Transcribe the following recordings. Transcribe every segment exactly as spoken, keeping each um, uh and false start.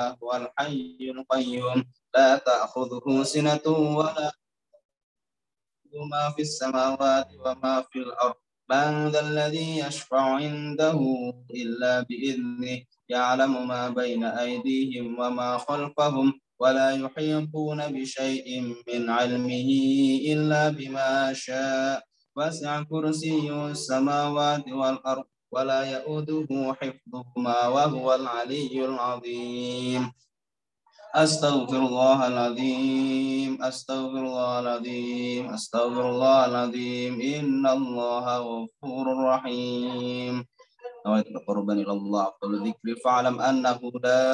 إلا هو الحي القيوم لا تأخذه سنة ولا ما في السماوات وما في الأرض من ذا الذي يشفع عنده إلا بإذنه يعلم ما بين أيديهم وما خلفهم ولا يحيطون بشيء من علمه إلا بما شاء وسع كرسي السماوات والأرض ولا يؤوده حفظهما وهو العلي العظيم أستغفر الله العظيم أستغفر الله العظيم أستغفر الله العظيم إن الله غفور رحيم نويت قربا إلى الله أفضل الذكر فاعلم أنه لا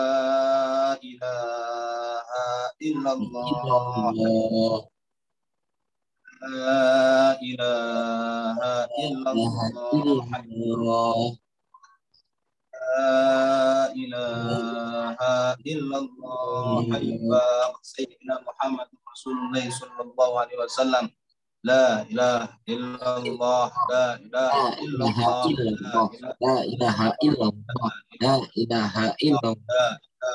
إله إلا الله لا إله إلا الله لا إله إلا الله حبيبا سيدنا محمد رسول الله صلى الله عليه وسلم لا إله إلا الله لا إله إلا الله لا إله إلا الله لا إله إلا الله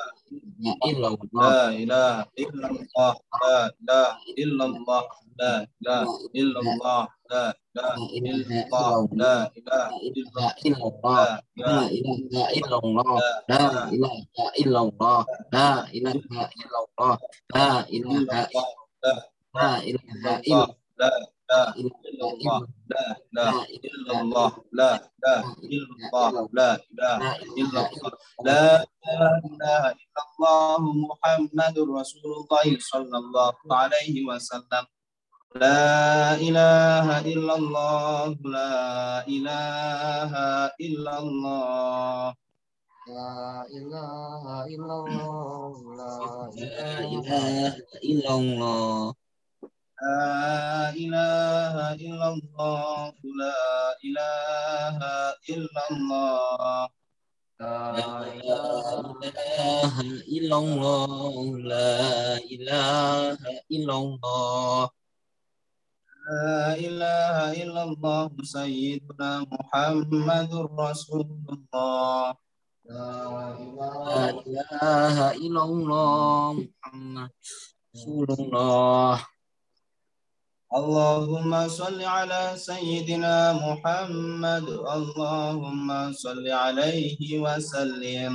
لا إله إلا الله لا إله إلا الله لا إله إلا الله لا إله إلا الله لا إله إلا الله لا إله إلا الله لا إله إلا الله لا إله إلا الله لا إله لا إله إلا لا إله إلا الله لا إله إلا الله لا إله إلا الله لا إله إلا الله لا إله إلا الله محمد رسول الله صلى الله عليه وسلم لا إله إلا الله لا إله إلا الله لا إله إلا الله لا إله إلا الله لا إله إلا الله لا إله إلا الله لا إله إلا الله لا إله إلا الله لا إله إلا الله سيدنا محمد رسول الله لا إله إلا الله محمد رسول الله اللهم صل على سيدنا محمد اللهم صل عليه وسلم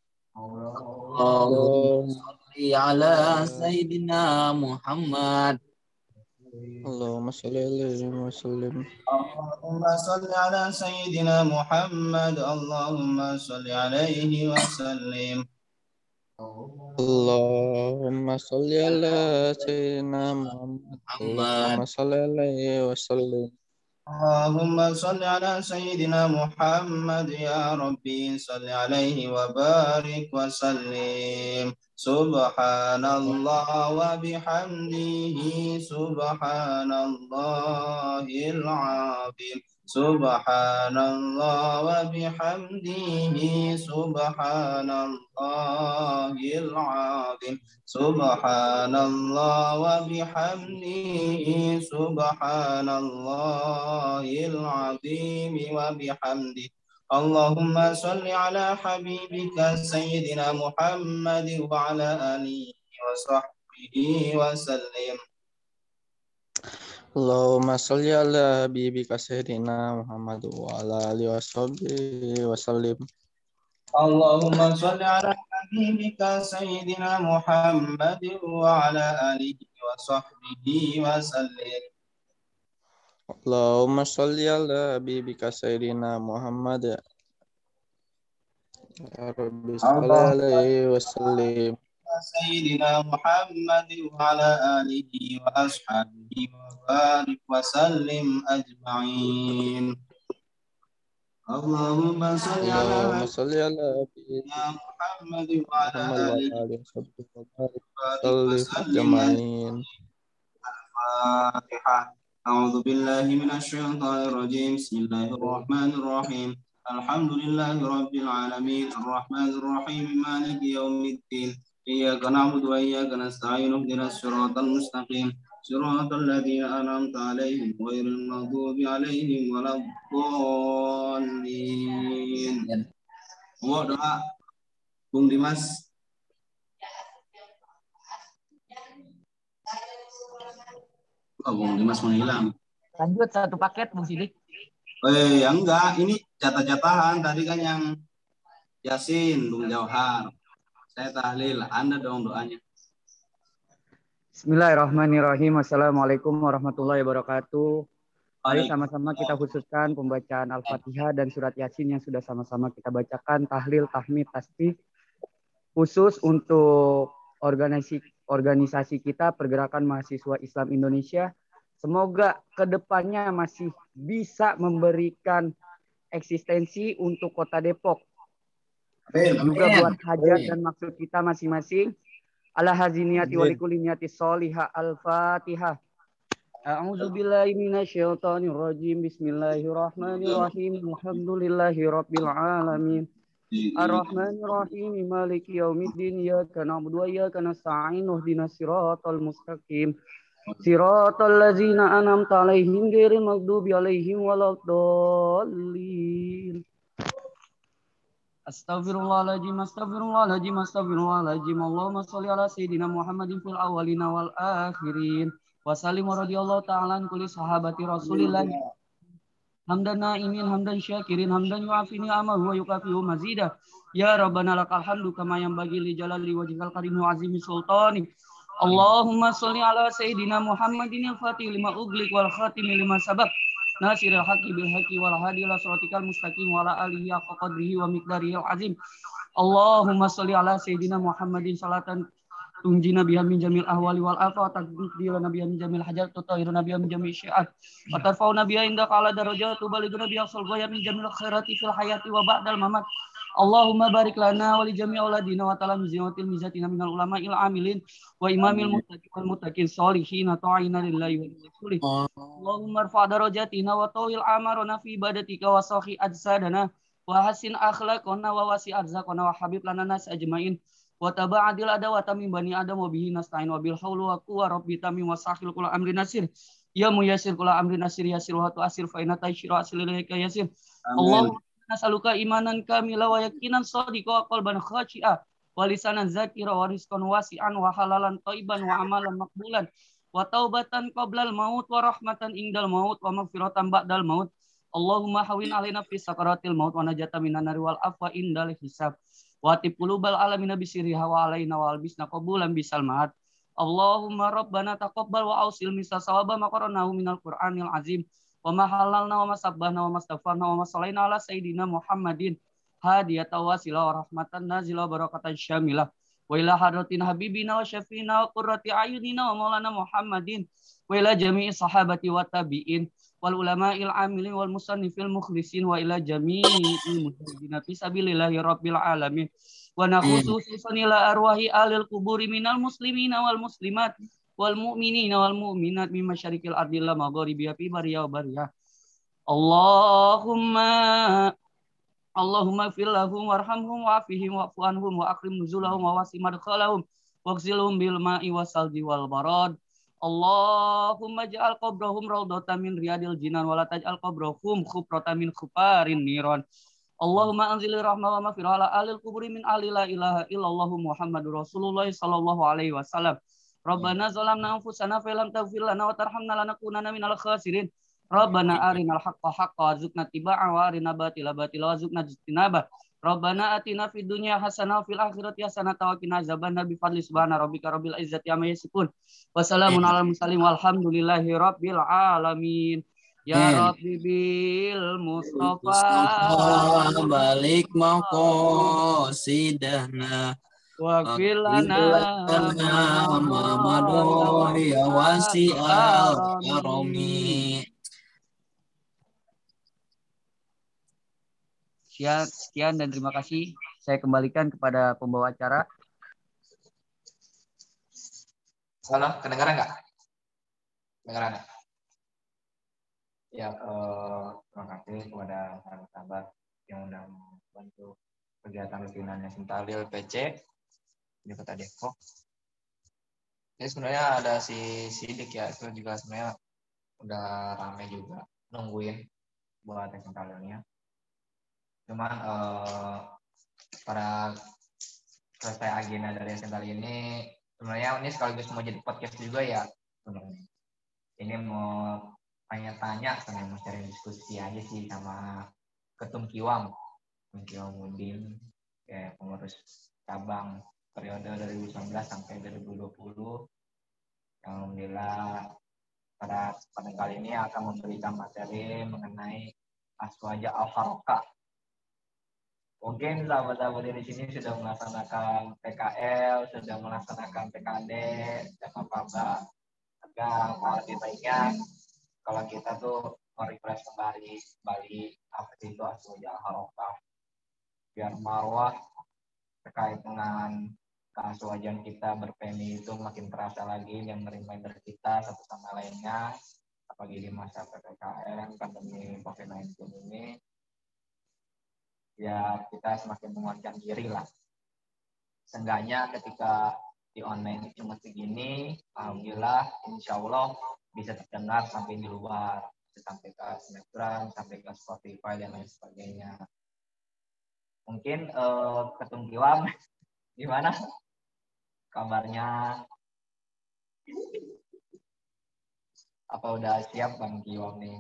اللهم صل على سيدنا محمد اللهم صل عليه وسلم اللهم صل على سيدنا محمد اللهم صل عليه وسلم اللهم صل على سيدنا محمد اللهم صل عليه وسلم اللهم صل على سيدنا محمد يا ربي صل عليه وبارك وسلم سبحان الله وبحمده سبحان الله العظيم سبحان الله وبحمده سبحان الله العظيم سبحان الله وبحمده سبحان الله العظيم وبحمده اللهم صل على حبيبك سيدنا محمد وعلى آله وصحبه وسلم اللهم صل على حبيبك سيدنا محمد وعلى آله وصحبه وسلم اللهم صل على حبيبك سيدنا محمد وعلى آله وصحبه وسلم اللهم صل على حبيبك سيدنا محمد يا رب صل عليه وسلم سيدنا محمد وعلى آله وأصحابه وبارك وسلم أجمعين اللهم صل على سيدنا محمد وعلى آله وصحبه وسلم أجمعين الفاتحة أعوذ بالله من الشيطان الرجيم بسم الله الرحمن الرحيم الحمد لله رب العالمين الرحمن الرحيم مالك يوم الدين إياك نعبد وإياك نستعين اهدنا الصراط المستقيم صراط الذين أنعمت عليهم غير المغضوب عليهم ولا الضالين. Mau doa Bung Dimas. Oh, Bung Dimas menghilang. Lanjut satu paket Bung Sidik. Eh, ya enggak, ini jatah-jatahan tadi kan yang Yasin, Bung Jauhar. Saya tahlil, Anda dong doanya. Bismillahirrahmanirrahim. Assalamualaikum warahmatullahi wabarakatuh. Mari sama-sama kita khususkan pembacaan Al-Fatihah dan surat Yasin yang sudah sama-sama kita bacakan, tahlil, tahmid, tasbih. Khusus untuk organisasi organisasi kita Pergerakan Mahasiswa Islam Indonesia. Semoga kedepannya masih bisa memberikan eksistensi untuk Kota Depok. Amin. Juga buat hajat dan maksud kita masing-masing. Ala haziniyati walikuli niyati solihah. Al-Fatihah. A'udzu billahi minasyaitonir rajim. Bismillahirrahmanirrahim. Alhamdulillahi rabbil alamin. Ar-Rahmanir Rahim. Maliki yaumiddin. Iyyaka na'budu wa iyyaka nasta'in. Ihdinas siratal mustaqim. Siratal ladzina an'amta 'alaihim ghairil maghdubi 'alaihim waladdallin. Astaghfirullahaladzim, astaghfirullahaladzim, astaghfirullahaladzim. Allahumma sholli ala sayyidina Muhammadin fil awwalina wal akhirin. Wa sallim radhiyallahu ta'ala an kulli sahabati Rasulillah. Hamdan na'imin, hamdan syakirin, hamdan yu'afini amahu wa yukafihu mazidah. Ya Rabbana lakal hamdu kama yanbaghi li jalali wajhikal karim wa azimi sultani. Allahumma sholli ala sayyidina Muhammadin al-fatih lima uglik wal khatimi lima sabab. Nasiril haqqi bil haqqi wal hadi ila siratikal mustaqim wa ala alihi haqqa qadrihi wa miqdarihil azim. Allahumma sholli ala sayyidina Muhammadin salatan tunjina biha min jamil ahwali wal afat, taqdiruna biha min jamil hajat, tutahhiruna biha min jamil syi'at, wa tarfa'una biha inda qala darajat, tubalighuna biha sul ghayat min jamil khairati fil hayati wa ba'dal mamat. Allahumma barik lana wa li jami' auladina wa talamizina wa tilmizatina minal ulama'il amilin wa imamil muttaqin wal muttaqin sholihin ta'ina lillahi wa rasulih. Allahumma rfa' darajatina wa tawil amarana fi ibadatika wa sahih ajsadana wa hasin akhlaqana wa wasi' arzaqana wa habib lana nas ajmain wa taba'adil adawata min bani adam wa bihi nasta'in wa bil hauli wa quwwa rabbi tamim wa sahil kula amri nasir ya muyassir kula amri nasir yasir wa tu'asir fa inna taysira asilika yasir. Allahumma nasaluka imanan kamila wa yakinan shadiqa wa qalban khashi'a wa lisanan zakira wa rizqan wasi'an wa halalan thayyiban wa amalan maqbulan wa taubatan qablal maut wa rahmatan indal maut wa maghfiratan ba'dal maut. Allahumma hawin alaina fi sakaratil maut wa najata minan nari wal afwa indal hisab wa atib qulubal alamin bisirriha wa alaina wa albisna qabulan bisal ma'ad. Allahumma rabbana taqabbal wa ausil misa sawaba maqaranahu minal qur'anil azim wa ma halalna wa ma sabbahna wa ma astaghfarna wa ma salaina ala sayyidina Muhammadin hadiyatan wasila wa rahmatan nazila wa barakatan syamilah wa ila hadratin habibina wa syafina wa qurrati ayunina wa maulana Muhammadin wa ila jami'i sahabati wa tabi'in wal ulama'il amilin wal musannifil mukhlisin wa ila jami'il mujahidina fi sabilillahi rabbil alamin wa nakhususan ila arwahi alil kuburi minal muslimina wal muslimat wal mu'minina wal mu'minat min masyariqil ardi la magharibiha fi bariya wa bariya. Allahumma Allahumma fir lahum warhamhum wa'afihim wa'fu anhum wa akrim nuzulahum wa wasi' madkhalahum waghsilhum bil ma'i wasalji wal barad. Allahumma ja'al qabrahum rawdatan min riyadil jinan wa la taj'al qabrahum khufratan min khufarin niran. Allahumma anzilir rahmah wa maghfirah ala alil kuburi min ahli la ilaha illallah Muhammadur Rasulullah sallallahu alaihi wasallam. Rabbana zalamna anfusana fa lam taghfir lana wa tarhamna lanakunanna minal khasirin. Rabbana arinal haqqa haqqan warzuqna tibaa'a wa arina batila batila warzuqna ijtinabah. Rabbana atina fid dunya hasanah wa fil akhirati hasanah wa qina azabannar bi fadli subhana rabbika rabbil izzati amma yasifun. Wassalamun alal mursalin walhamdulillahi rabbil alamin. Ya Rabbi bil Mustafa balik maqasidana Waghfir lana Muhammadu ya wasi'al karami. Sekian, sekian dan terima kasih. Saya kembalikan kepada pembawa acara. Halo, kedengaran nggak? Kedengaran nggak? Ya, eh, terima kasih kepada sahabat-sahabat yang sudah membantu kegiatan rutinannya Sintalil P C di Kota Depok. Ini sebenarnya ada si Sidik ya, itu juga sebenarnya udah ramai juga nungguin buat Sintalilnya. Cuman eh, pada selesai agenda dari Sintalil ini, sebenarnya ini sekaligus mau jadi podcast juga ya sebenarnya. ini mau tanya-tanya sama mau cari diskusi aja sih sama Ketum Kiwam, Ketum Kiwam Udin, kayak pengurus cabang periode dua ribu sembilan belas sampai dua ribu dua puluh. Alhamdulillah pada pada kali ini akan memberikan materi mengenai Aswaja Al-Harokah. Mungkin sahabat-sahabat di sini sudah melaksanakan P K L, sudah melaksanakan P K D, dan apa-apa. Agak lebih baiknya kalau kita tuh merefresh kembali, kembali apa itu Aswaja Al-Harokah. Biar marwah terkait dengan keaswajan kita ber-P M I itu makin terasa lagi dan reminder kita satu sama lainnya, apalagi di masa P P K M, pandemi covid sembilan belas ini, ya kita semakin menguatkan diri lah. Seenggaknya ketika di online cuma segini, alhamdulillah, insya Allah bisa terdengar sampai di luar, sampai ke Snapgram, sampai ke Spotify dan lain sebagainya. Mungkin uh, Ketum Kiwam, gimana kabarnya? Apa udah siap Bang Kiwam nih?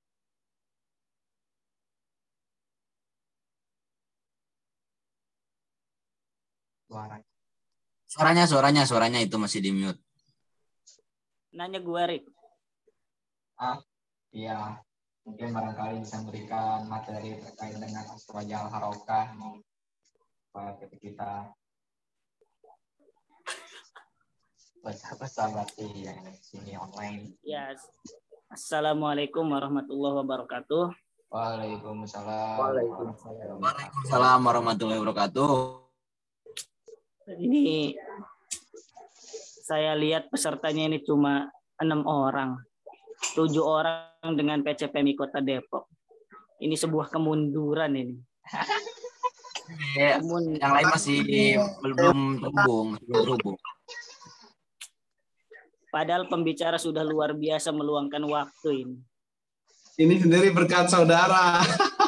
Suara. Suaranya, suaranya, suaranya itu masih di mute. Nanya gue, Rik. Ah, iya. Mungkin barangkali bisa memberikan materi terkait dengan Aswaja Al-Harokah nih kepada kita. Sahabat yang di sini online. Ya. Assalamualaikum warahmatullahi wabarakatuh. Waalaikumsalam. Waalaikumsalam. Waalaikumsalam warahmatullahi wabarakatuh. Ini saya lihat pesertanya ini cuma enam orang, tujuh orang dengan P C P M I Kota Depok. Ini sebuah kemunduran ini. Ya, yang lain masih belum terhubung, belum terhubung. Padahal pembicara sudah luar biasa meluangkan waktu ini. Ini sendiri berkat saudara.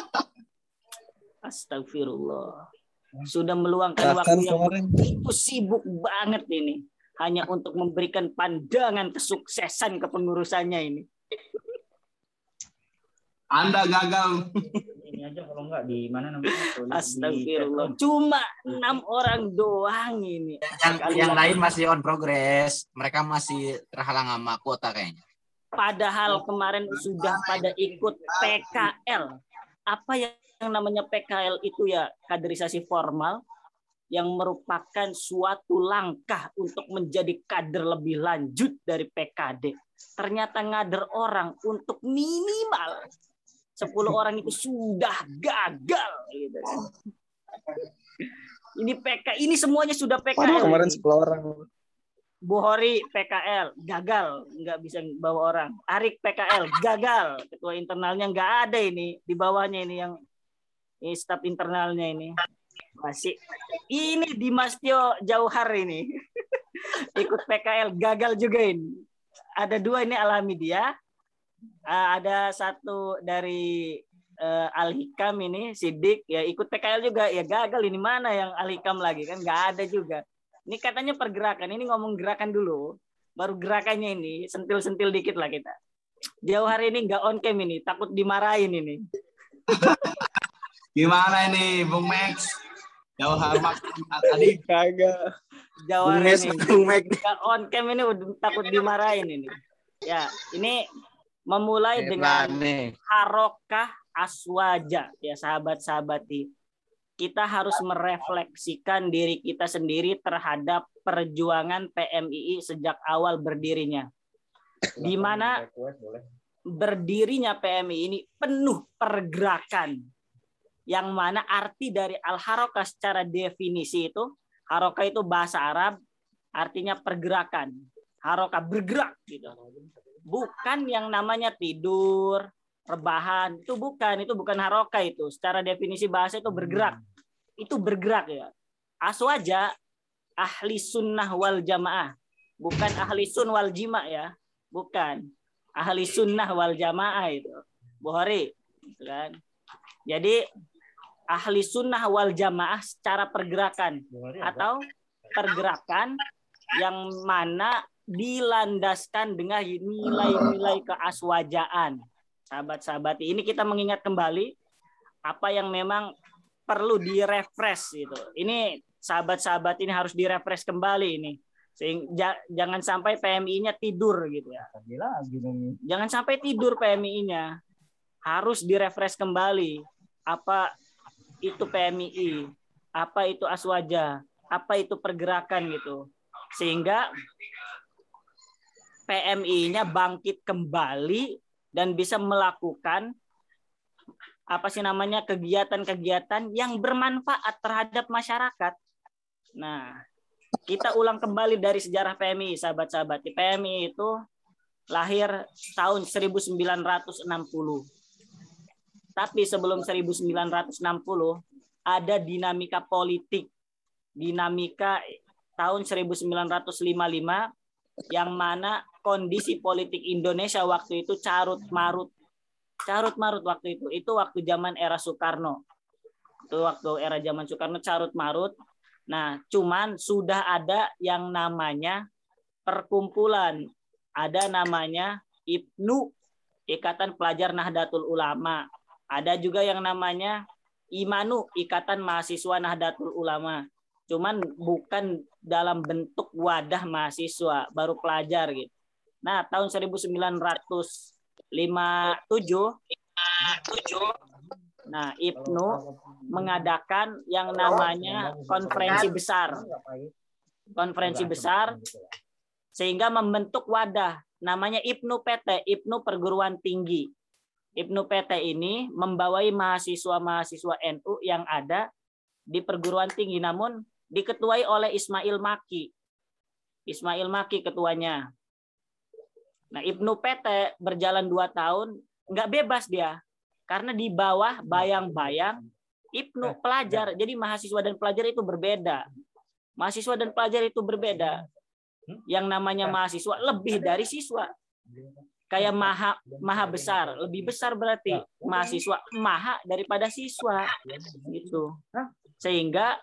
Astagfirullah. Sudah meluangkan waktu yang begitu sibuk banget ini. Hanya untuk memberikan pandangan kesuksesan kepengurusannya ini. Anda gagal. Ini aja kalau enggak di mana namanya? Astagfirullah. Cuma enam orang doang ini. Yang, yang lain masih on progress. Mereka masih terhalang sama kuota kayaknya. Padahal kemarin sudah pada ikut P K L. Apa yang namanya P K L itu ya kaderisasi formal yang merupakan suatu langkah untuk menjadi kader lebih lanjut dari P K D. Ternyata ngader orang untuk minimal sepuluh orang itu sudah gagal gitu. Ini P K ini semuanya sudah P K L. Kemarin sepuluh orang. Buhori P K L gagal, nggak bisa bawa orang. Arik P K L gagal, ketua internalnya nggak ada ini, di bawahnya ini yang ini staf internalnya ini masih. Ini Dimas Tio Jauhar ini ikut P K L gagal juga ini. Ada dua ini alami dia, ada satu dari uh, Al-Hikam ini Sidik ya ikut P K L juga ya gagal. Ini mana yang Al-Hikam lagi kan nggak ada juga. Ini katanya pergerakan, ini ngomong gerakan dulu, baru gerakannya ini sentil-sentil dikit lah kita. Jauh hari ini nggak on cam ini, takut dimarahin ini. Gimana ini, Bung Max? Jauh hari tadi Kagak. Jauh hari ini nggak on cam ini udah takut dimarahin ini. Ya, ini memulai dengan harokah aswaja ya sahabat-sahabati. Kita harus merefleksikan diri kita sendiri terhadap perjuangan P M I I sejak awal berdirinya. Di mana berdirinya P M I I ini penuh pergerakan. Yang mana arti dari al-harokah secara definisi itu, harokah itu bahasa Arab, artinya pergerakan. Harokah bergerak gitu. Bukan yang namanya tidur, rebahan, itu bukan, itu bukan harokah itu. Secara definisi bahasa itu bergerak. Itu bergerak ya. Aswaja ahli sunnah wal jamaah, bukan ahli sun wal jima ya, bukan ahli sunnah wal jamaah itu Bukhari gitu kan. Jadi ahli sunnah wal jamaah secara pergerakan atau pergerakan yang mana dilandaskan dengan nilai-nilai keaswajaan. Sahabat-sahabat, ini kita mengingat kembali apa yang memang perlu direfresh gitu. Ini sahabat-sahabat ini harus direfresh kembali ini. Sehingga jangan sampai P M I-nya tidur gitu ya. Jangan sampai tidur P M I-nya. Harus direfresh kembali. Apa itu P M I, apa itu aswaja, apa itu pergerakan gitu. Sehingga P M I-nya bangkit kembali dan bisa melakukan apa sih namanya kegiatan-kegiatan yang bermanfaat terhadap masyarakat. Nah, kita ulang kembali dari sejarah P M I, sahabat-sahabat. P M I itu lahir tahun seribu sembilan ratus enam puluh. Tapi sebelum seribu sembilan ratus enam puluh ada dinamika politik, dinamika tahun seribu sembilan ratus lima puluh lima yang mana kondisi politik Indonesia waktu itu carut marut, carut marut waktu itu. Itu waktu zaman era Soekarno. Itu waktu era zaman Soekarno carut marut. Nah, cuman sudah ada yang namanya perkumpulan, ada namanya I P N U, Ikatan Pelajar Nahdlatul Ulama. Ada juga yang namanya I M A N U, Ikatan Mahasiswa Nahdlatul Ulama. Cuman bukan dalam bentuk wadah mahasiswa, baru pelajar gitu. Nah, tahun seribu sembilan ratus lima puluh tujuh, nah I P N U mengadakan yang namanya konferensi besar. Konferensi besar sehingga membentuk wadah namanya I P N U P T, I P N U Perguruan Tinggi. I P N U P T ini membawai mahasiswa-mahasiswa N U yang ada di perguruan tinggi, namun diketuai oleh Ismail Maki. Ismail Maki ketuanya. Nah, I P N U P T berjalan dua tahun, nggak bebas dia. Karena di bawah bayang-bayang I P N U pelajar. Jadi mahasiswa dan pelajar itu berbeda. Mahasiswa dan pelajar itu berbeda. Yang namanya mahasiswa lebih dari siswa. Kayak maha maha besar, lebih besar berarti mahasiswa maha daripada siswa gitu. Sehingga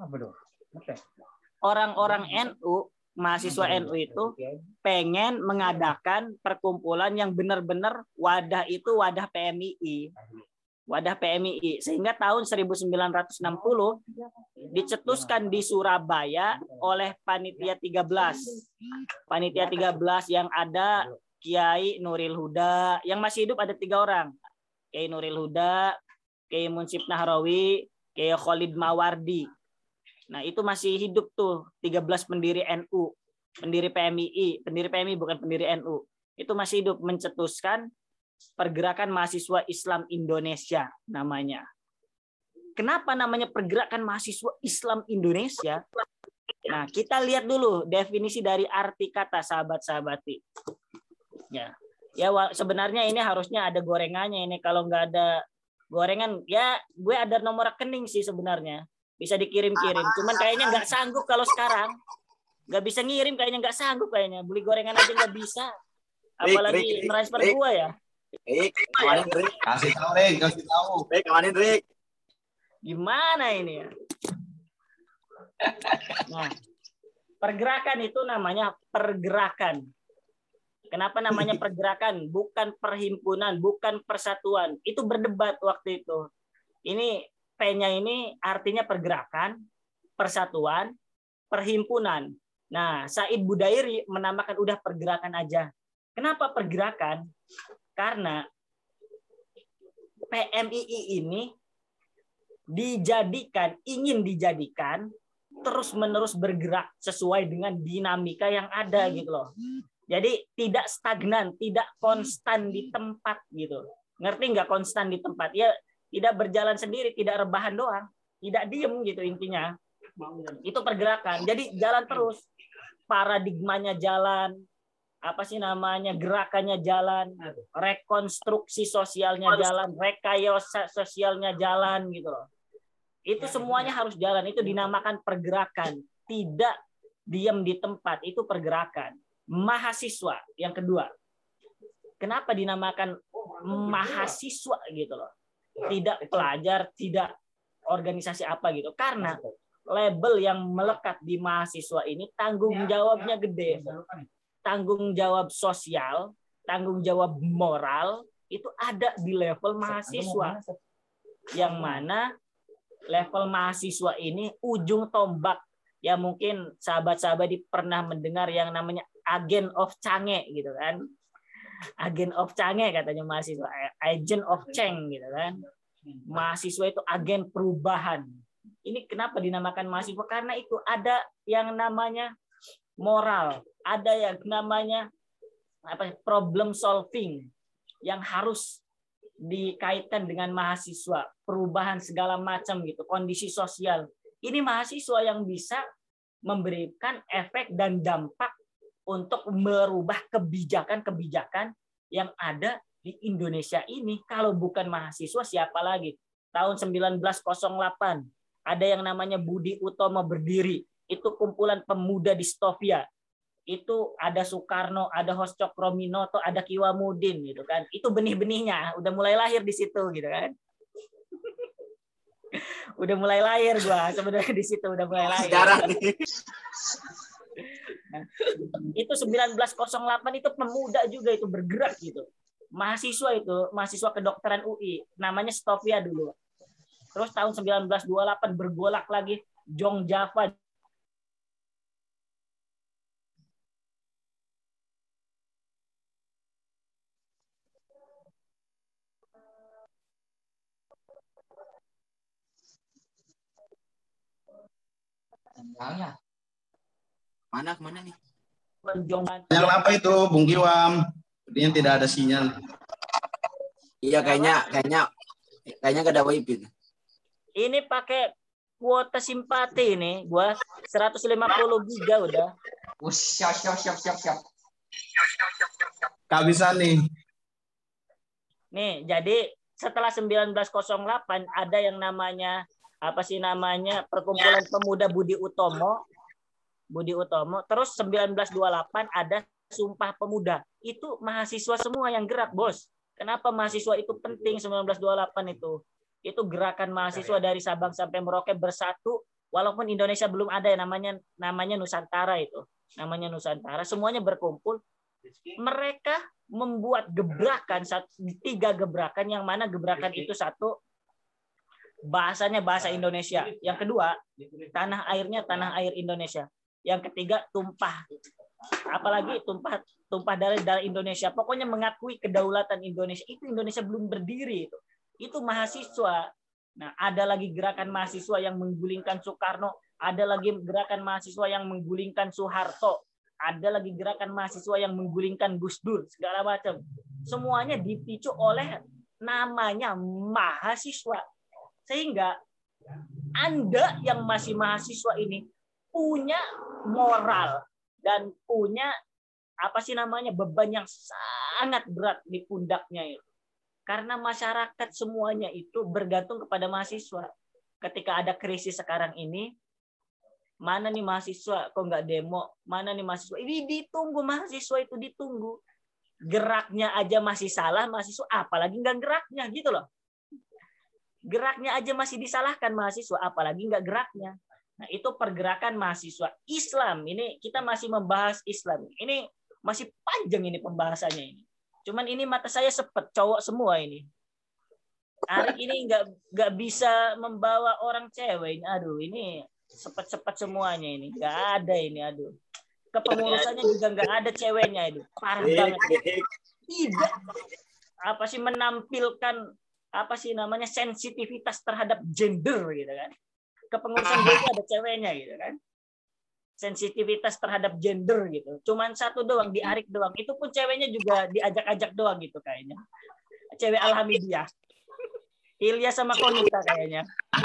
orang-orang N U, mahasiswa N U itu pengen mengadakan perkumpulan yang benar-benar wadah itu wadah P M I I. Wadah P M I I. Sehingga tahun seribu sembilan ratus enam puluh dicetuskan di Surabaya oleh Panitia tiga belas. Panitia tiga belas yang ada Kiai Nuril Huda, yang masih hidup ada tiga orang. Kiai Nuril Huda, Kiai Munsif Nahrawi, Kiai Khalid Mawardi. Nah, itu masih hidup tuh tiga belas pendiri N U, pendiri P M I I, pendiri P M I I bukan pendiri N U. Itu masih hidup mencetuskan Pergerakan Mahasiswa Islam Indonesia namanya. Kenapa namanya Pergerakan Mahasiswa Islam Indonesia? Nah, kita lihat dulu definisi dari arti kata, sahabat-sahabati. Ya, ya sebenarnya ini harusnya ada gorengannya ini. Kalau nggak ada gorengan, ya gue ada nomor rekening sih sebenarnya. Bisa dikirim-kirim. Cuman kayaknya nggak sanggup kalau sekarang. Nggak bisa ngirim, kayaknya nggak sanggup kayaknya. Beli gorengan aja nggak bisa. Apalagi transfer gue ya. Rick, kemarin Rick. Kasih tahu, Rick. Kasih tahu. Rick, kemarin Rick. Gimana ini ya? Nah, pergerakan itu namanya pergerakan. Kenapa namanya pergerakan? Bukan perhimpunan, bukan persatuan. Itu berdebat waktu itu. Ini P-nya ini artinya pergerakan, persatuan, perhimpunan. Nah, Said Budairi menamakan udah pergerakan aja. Kenapa pergerakan? Karena P M I I ini dijadikan, ingin dijadikan terus-menerus bergerak sesuai dengan dinamika yang ada gitu loh. Jadi tidak stagnan, tidak konstan di tempat gitu. Ngerti nggak konstan di tempat? Ya tidak berjalan sendiri, tidak rebahan doang, tidak diem gitu intinya. Itu pergerakan. Jadi jalan terus. Paradigmanya jalan, apa sih namanya? Gerakannya jalan, rekonstruksi sosialnya jalan, rekayasa sosialnya jalan gitu loh. Itu semuanya harus jalan. Itu dinamakan pergerakan. Tidak diem di tempat, itu pergerakan. Mahasiswa yang kedua. Kenapa dinamakan mahasiswa gitu loh? Tidak pelajar, tidak organisasi apa gitu. Karena label yang melekat di mahasiswa ini tanggung jawabnya gede. tanggung jawab sosial, tanggung jawab moral itu ada di level mahasiswa. Yang mana level mahasiswa ini ujung tombak. Ya mungkin sahabat-sahabat pernah mendengar yang namanya agen of change gitu kan. Agen of change katanya mahasiswa, agent of change gitu kan. Mahasiswa itu agen perubahan. Ini kenapa dinamakan mahasiswa? Karena itu ada yang namanya moral, ada yang namanya apa problem solving yang harus dikaitkan dengan mahasiswa, perubahan segala macam gitu, kondisi sosial. Ini mahasiswa yang bisa memberikan efek dan dampak untuk merubah kebijakan-kebijakan yang ada di Indonesia ini. Kalau bukan mahasiswa siapa lagi? Tahun sembilan belas nol delapan ada yang namanya Budi Utomo berdiri. Itu kumpulan pemuda distopia. Itu ada Soekarno, ada Hos Cokroaminoto, ada Kiwamudin gitu kan. Itu benih-benihnya udah mulai lahir di situ gitu kan. Udah mulai lahir gua sebenarnya di situ udah mulai lahir. Sejarah nih. Nah, itu sembilan belas nol delapan itu pemuda juga itu bergerak gitu. Mahasiswa itu, mahasiswa kedokteran U I, namanya Stovia dulu. Terus tahun sembilan belas dua puluh delapan bergolak lagi Jong Java. Sinyalnya. Mana kemana nih? Sinyal apa itu, Bung Kiwam? Sepertinya tidak ada sinyal. Iya kayaknya kayaknya kayaknya gak ada wifi. Ini pakai kuota simpati ini, gua seratus lima puluh giga udah. Oh, siap siap siap siap siap. Kehabisan nih. Nih, jadi setelah sembilan belas nol delapan ada yang namanya apa sih namanya Perkumpulan Pemuda Budi Utomo. Budi Utomo. Terus sembilan belas dua puluh delapan ada Sumpah Pemuda. Itu mahasiswa semua yang gerak, Bos. Kenapa mahasiswa itu penting sembilan belas dua puluh delapan itu? Itu gerakan mahasiswa dari Sabang sampai Merauke bersatu, walaupun Indonesia belum ada yang namanya namanya Nusantara itu. Namanya Nusantara, semuanya berkumpul. Mereka membuat gebrakan tiga gebrakan, yang mana gebrakan itu satu bahasanya bahasa Indonesia. Yang kedua, tanah airnya tanah air Indonesia. Yang ketiga, tumpah. Apalagi tumpah tumpah darah darah Indonesia. Pokoknya mengakui kedaulatan Indonesia. Itu Indonesia belum berdiri itu. Itu mahasiswa. Nah, ada lagi gerakan mahasiswa yang menggulingkan Soekarno, ada lagi gerakan mahasiswa yang menggulingkan Soeharto, ada lagi gerakan mahasiswa yang menggulingkan Gus Dur, segala macam. Semuanya dipicu oleh namanya mahasiswa. Sehingga Anda yang masih mahasiswa ini punya moral dan punya apa sih namanya beban yang sangat berat di pundaknya itu. Karena masyarakat semuanya itu bergantung kepada mahasiswa. Ketika ada krisis sekarang ini, mana nih mahasiswa kok nggak demo? Mana nih mahasiswa? Ini ditunggu, mahasiswa itu ditunggu. Geraknya aja masih salah mahasiswa, apalagi nggak geraknya gitu loh. Geraknya aja masih disalahkan mahasiswa, apalagi nggak geraknya. Nah, itu pergerakan mahasiswa Islam. Ini kita masih membahas Islam. Ini masih panjang ini pembahasannya ini. Cuman ini mata saya sepet, cowok semua ini. Arik ini nggak nggak bisa membawa orang cewek. Aduh, ini sepet-sepet semuanya ini. Nggak ada ini, aduh. Kepengurusannya juga nggak ada ceweknya itu. Parah banget. Tidak. Apa sih menampilkan apa sih namanya sensitivitas terhadap gender gitu kan. Kepengurusan itu ada ceweknya gitu kan. Sensitivitas terhadap gender gitu. Cuman satu doang, di Arik doang. Itu pun ceweknya juga diajak-ajak doang gitu kayaknya. Cewek Alhamidiyah. Ilya sama Konita kayaknya.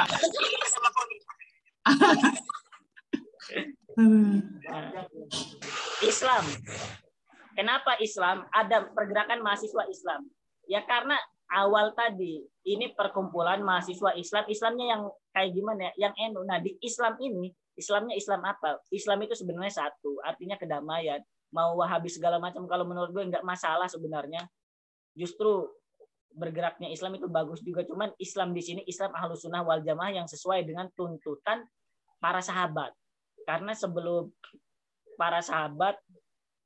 Nah, Islam. Kenapa Islam? Ada pergerakan mahasiswa Islam. Ya karena awal tadi ini perkumpulan mahasiswa Islam. Islamnya yang kayak gimana ya? Yang enu. Nah di Islam ini, Islamnya Islam apa? Islam itu sebenarnya satu, artinya kedamaian. Mau Wahabi segala macam, kalau menurut gue nggak masalah sebenarnya. Justru bergeraknya Islam itu bagus juga. Cuman Islam di sini Islam Ahlus Sunnah wal Jamaah yang sesuai dengan tuntutan para sahabat. Karena sebelum para sahabat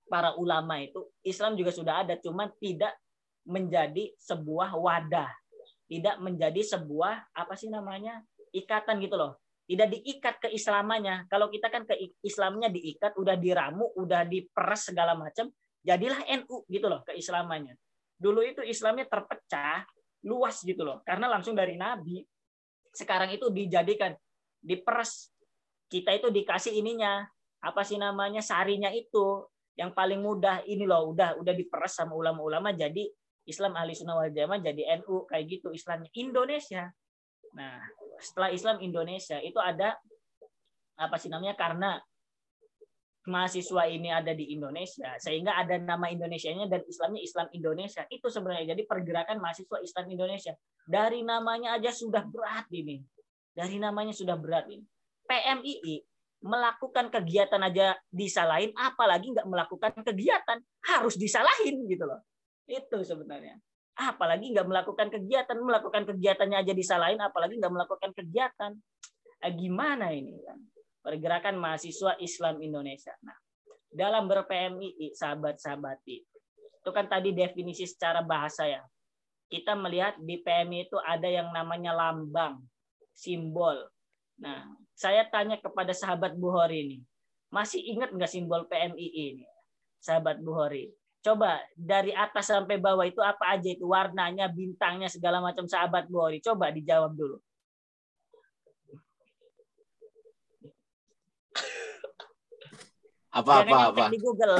para ulama itu, Islam juga sudah ada, cuman tidak menjadi sebuah wadah, tidak menjadi sebuah apa sih namanya ikatan gitu loh, tidak diikat keislamannya. Kalau kita kan ke Islamnya diikat, udah diramu, udah diperes segala macam, jadilah N U gitu loh keislamannya. Dulu itu Islamnya terpecah luas gitu loh, karena langsung dari Nabi. Sekarang itu dijadikan, diperes, kita itu dikasih ininya apa sih namanya sarinya itu yang paling mudah ini loh, udah udah diperes sama ulama-ulama jadi Islam ahli sunnah wal jamaah, jadi N U kayak gitu Islamnya. Indonesia, nah setelah Islam Indonesia itu ada apa sih namanya, karena mahasiswa ini ada di Indonesia sehingga ada nama Indonesianya dan Islamnya Islam Indonesia. Itu sebenarnya jadi pergerakan mahasiswa Islam Indonesia. Dari namanya aja sudah berat ini, dari namanya sudah berat ini. P M I I melakukan kegiatan aja disalahin, apalagi nggak melakukan kegiatan harus disalahin gitu loh. Itu sebenarnya. Apalagi nggak melakukan kegiatan, melakukan kegiatannya aja disalahin, apalagi nggak melakukan kegiatan. Eh, gimana ini kan? Pergerakan mahasiswa Islam Indonesia. Nah, dalam ber-P M I I, sahabat-sahabati, itu kan tadi definisi secara bahasa ya. Kita melihat di P M I I itu ada yang namanya lambang, simbol. Nah, saya tanya kepada sahabat Bukhari ini, masih ingat nggak simbol P M I I ini, sahabat Bukhari? Coba dari atas sampai bawah itu apa aja itu warnanya, bintangnya, segala macam sahabat Bukhari. Coba dijawab dulu. Apa Jangan apa nyetek apa. di Google.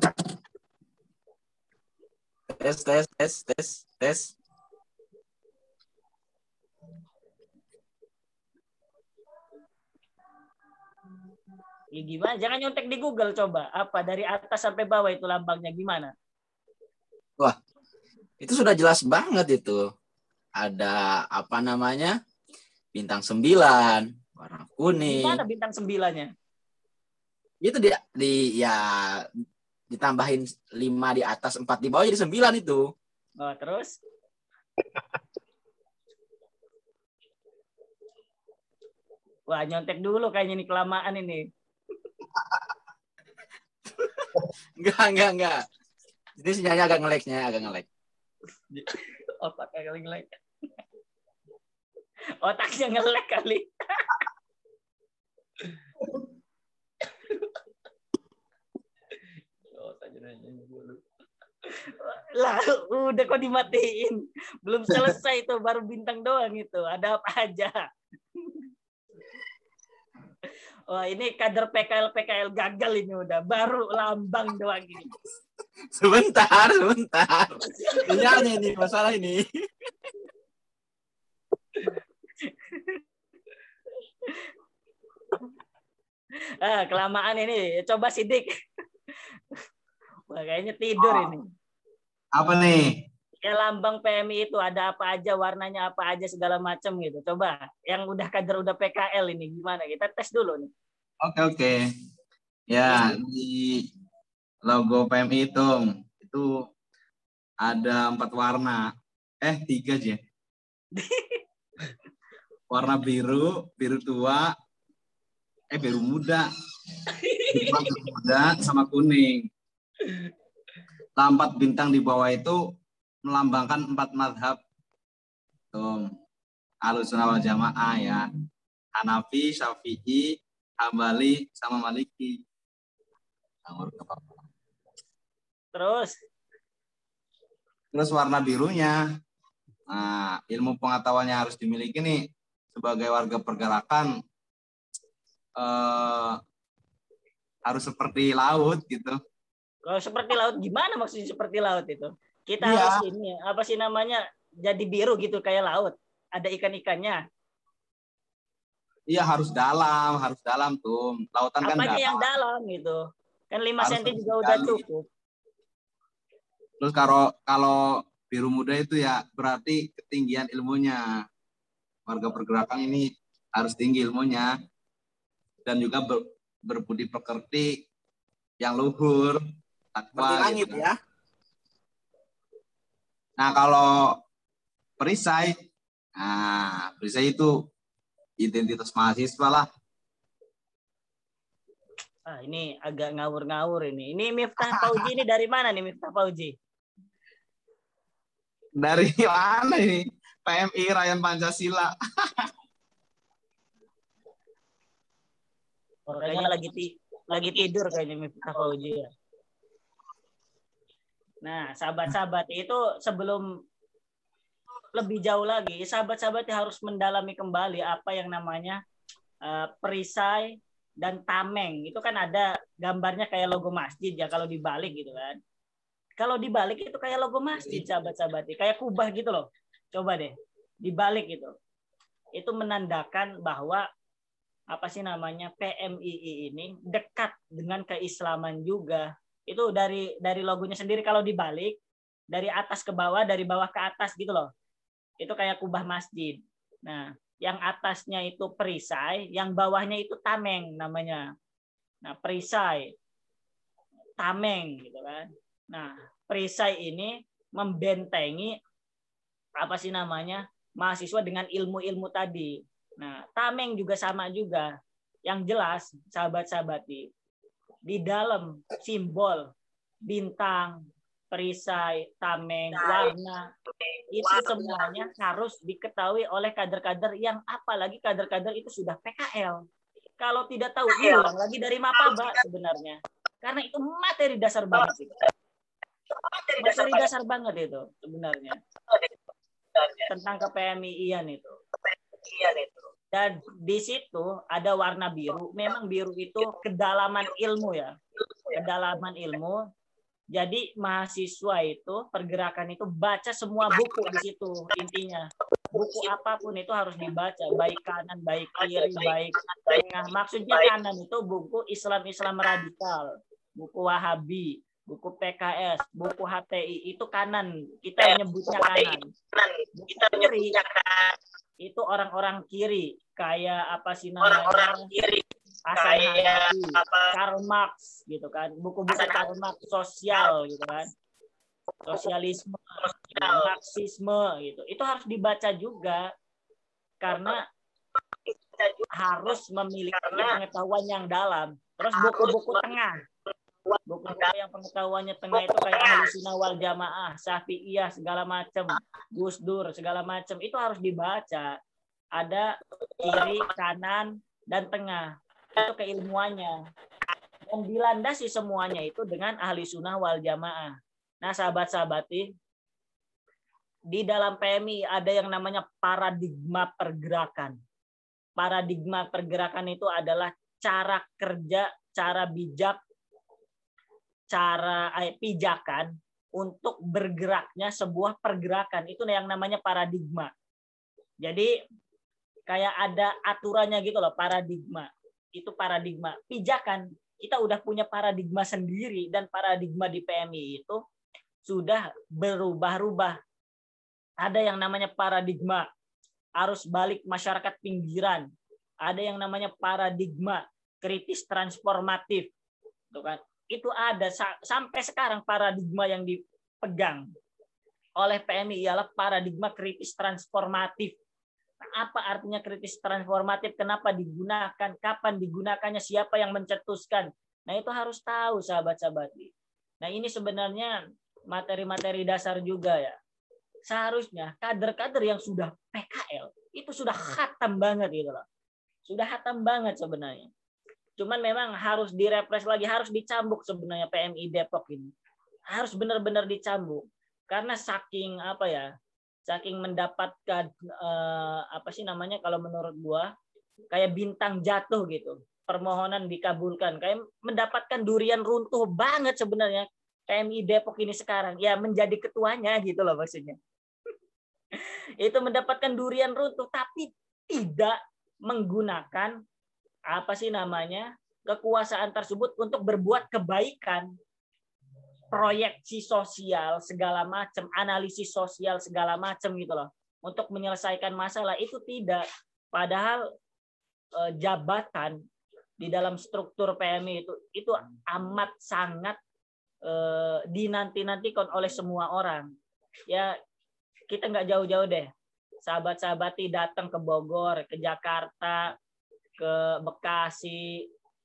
Tes tes tes tes tes. Ya gimana? Jangan nyontek di Google, coba. Apa dari atas sampai bawah itu lambangnya gimana? Wah, itu sudah jelas banget itu. Ada apa namanya? Bintang sembilan, warna kuning. Gimana bintang sembilannya? Itu di, di ya ditambahin lima di atas, empat di bawah jadi sembilan itu. Oh, terus? Wah, nyontek dulu kayaknya ini kelamaan ini. Enggak, enggak, enggak. Ini sinyalnya agak ngeleknya, agak ngelek. Otaknya kali ngelek. Otaknya ngelek kali. Lah, udah kok dimatiin. Belum selesai itu, baru bintang doang itu. Ada apa aja? Wah, ini kader P K L P K L gagal ini udah. Baru lambang doang ini. Sebentar, sebentar. Sinyalnya ini masalah ini. Ah, kelamaan ini. Coba sidik. Wah, kayaknya tidur oh. ini. Apa nih? Ya lambang P M I itu ada apa aja, warnanya apa aja, segala macam gitu. Coba yang udah kader udah P K L ini gimana? Kita tes dulu nih. Oke oke. Ya, di logo P M I itu itu ada empat warna. Eh, tiga aja. Warna biru, biru tua, eh biru muda. Biru muda sama kuning. Empat bintang di bawah itu melambangkan empat mazhab. Tuh, Ahlussunnah wal Jamaah ya. Hanafi, Syafi'i, Hambali, sama Maliki. Terus? Terus warna birunya. Nah, ilmu pengetahuannya harus dimiliki nih sebagai warga pergerakan. Eh, harus seperti laut gitu. Kalau seperti laut gimana maksudnya seperti laut itu? Kita iya. harus ini apa sih namanya jadi biru gitu kayak laut. Ada ikan-ikannya. Iya harus dalam, harus dalam tuh. Lautan kan apanya dalam. yang dalam gitu? Kan lima sentimeter juga udah cukup. Terus kalau kalau biru muda itu ya berarti ketinggian ilmunya. Warga pergerakan ini harus tinggi ilmunya dan juga ber, berbudi pekerti yang luhur. Seperti langit gitu. Ya. Nah kalau perisai, nah perisai itu identitas mahasiswa lah. Ah, ini agak ngawur-ngawur ini. Ini Miftah Fauji ini dari mana nih Miftah Fauji? Dari mana ini? P M I Rayan Pancasila. Oh, kayaknya lagi ti lagi tidur kayaknya Miftah Fauji ya. Nah, sahabat-sahabat itu sebelum lebih jauh lagi, sahabat-sahabat harus mendalami kembali apa yang namanya uh, perisai dan tameng. Itu kan ada gambarnya kayak logo masjid ya kalau dibalik gitu kan. Kalau dibalik itu kayak logo masjid, sahabat-sahabat, kayak kubah gitu loh. Coba deh dibalik gitu. Itu menandakan bahwa apa sih namanya P M I I ini dekat dengan keislaman juga. Itu dari dari logonya sendiri kalau dibalik dari atas ke bawah, dari bawah ke atas gitu loh. Itu kayak kubah masjid. Nah, yang atasnya itu perisai, yang bawahnya itu tameng namanya. Nah, perisai, tameng gitu kan. Nah, perisai ini membentengi apa sih namanya mahasiswa dengan ilmu-ilmu tadi. Nah, tameng juga sama juga. Yang jelas, sahabat-sahabat di di dalam simbol bintang, perisai, tameng, warna itu semuanya harus diketahui oleh kader-kader yang apalagi kader-kader itu sudah P K L. Kalau tidak tahu hilang lagi dari mapaba sebenarnya. Karena itu materi dasar banget itu. Materi dasar banget itu sebenarnya. Tentang ke P M I I-an itu. Dan di situ ada warna biru. Memang biru itu kedalaman ilmu ya. Kedalaman ilmu. Jadi mahasiswa itu pergerakan itu baca semua buku di situ intinya. Buku apapun itu harus dibaca, baik kanan, baik kiri, baik tengah. Maksudnya kanan itu buku Islam-Islam radikal, buku Wahabi, buku P K S, buku H T I itu kanan. Kita nyebutnya kanan. Buku kiri itu orang-orang kiri kayak apa sih namanya? Orang-orang kiri Hasan Hanafi, Karl Marx gitu kan, buku-buku Karl Marx sosial gitu kan, sosialisme, Marxisme gitu, itu harus dibaca juga karena harus memiliki pengetahuan yang dalam. Terus buku-buku tengah, buku-buku yang pengetahuannya tengah itu kayak Ahlu Sunnah wal Jamaah, Syafi'iyah segala macam, Gus Dur segala macam itu harus dibaca. Ada kiri, kanan, dan tengah. Itu keilmuannya. Dan dilandasi semuanya itu dengan ahli sunnah wal jamaah. Nah, sahabat-sahabati, di dalam P M I ada yang namanya paradigma pergerakan. Paradigma pergerakan itu adalah cara kerja, cara bijak, cara eh, pijakan untuk bergeraknya sebuah pergerakan. Itu yang namanya paradigma. Jadi kayak ada aturannya gitu loh, paradigma. Itu paradigma pijakan. Kita udah punya paradigma sendiri dan paradigma di P M I itu sudah berubah-ubah. Ada yang namanya paradigma arus balik masyarakat pinggiran. Ada yang namanya paradigma kritis transformatif. Itu kan. Itu ada sampai sekarang paradigma yang dipegang oleh P M I ialah paradigma kritis transformatif. Nah, apa artinya kritis transformatif? Kenapa digunakan? Kapan digunakannya? Siapa yang mencetuskan? Nah, itu harus tahu sahabat-sahabat. Nah, ini sebenarnya materi-materi dasar juga ya. Seharusnya kader-kader yang sudah P K L itu sudah khatam banget gitu loh. Sudah khatam banget sebenarnya. Cuman memang harus direfresh lagi, harus dicambuk sebenarnya P M I Depok ini. Harus benar-benar dicambuk. Karena saking apa ya? Saking mendapatkan eh, apa sih namanya kalau menurut gua kayak bintang jatuh gitu, permohonan dikabulkan, kayak mendapatkan durian runtuh banget sebenarnya P M I Depok ini sekarang ya menjadi ketuanya gitu loh maksudnya. Itu mendapatkan durian runtuh tapi tidak menggunakan apa sih namanya kekuasaan tersebut untuk berbuat kebaikan. Proyeksi sosial segala macam, analisis sosial segala macam gitu loh, untuk menyelesaikan masalah itu tidak. Padahal eh, jabatan di dalam struktur P M I itu itu amat sangat eh, dinanti-nantikan oleh semua orang. Ya kita nggak jauh-jauh deh, sahabat-sahabati datang ke Bogor, ke Jakarta, ke Bekasi,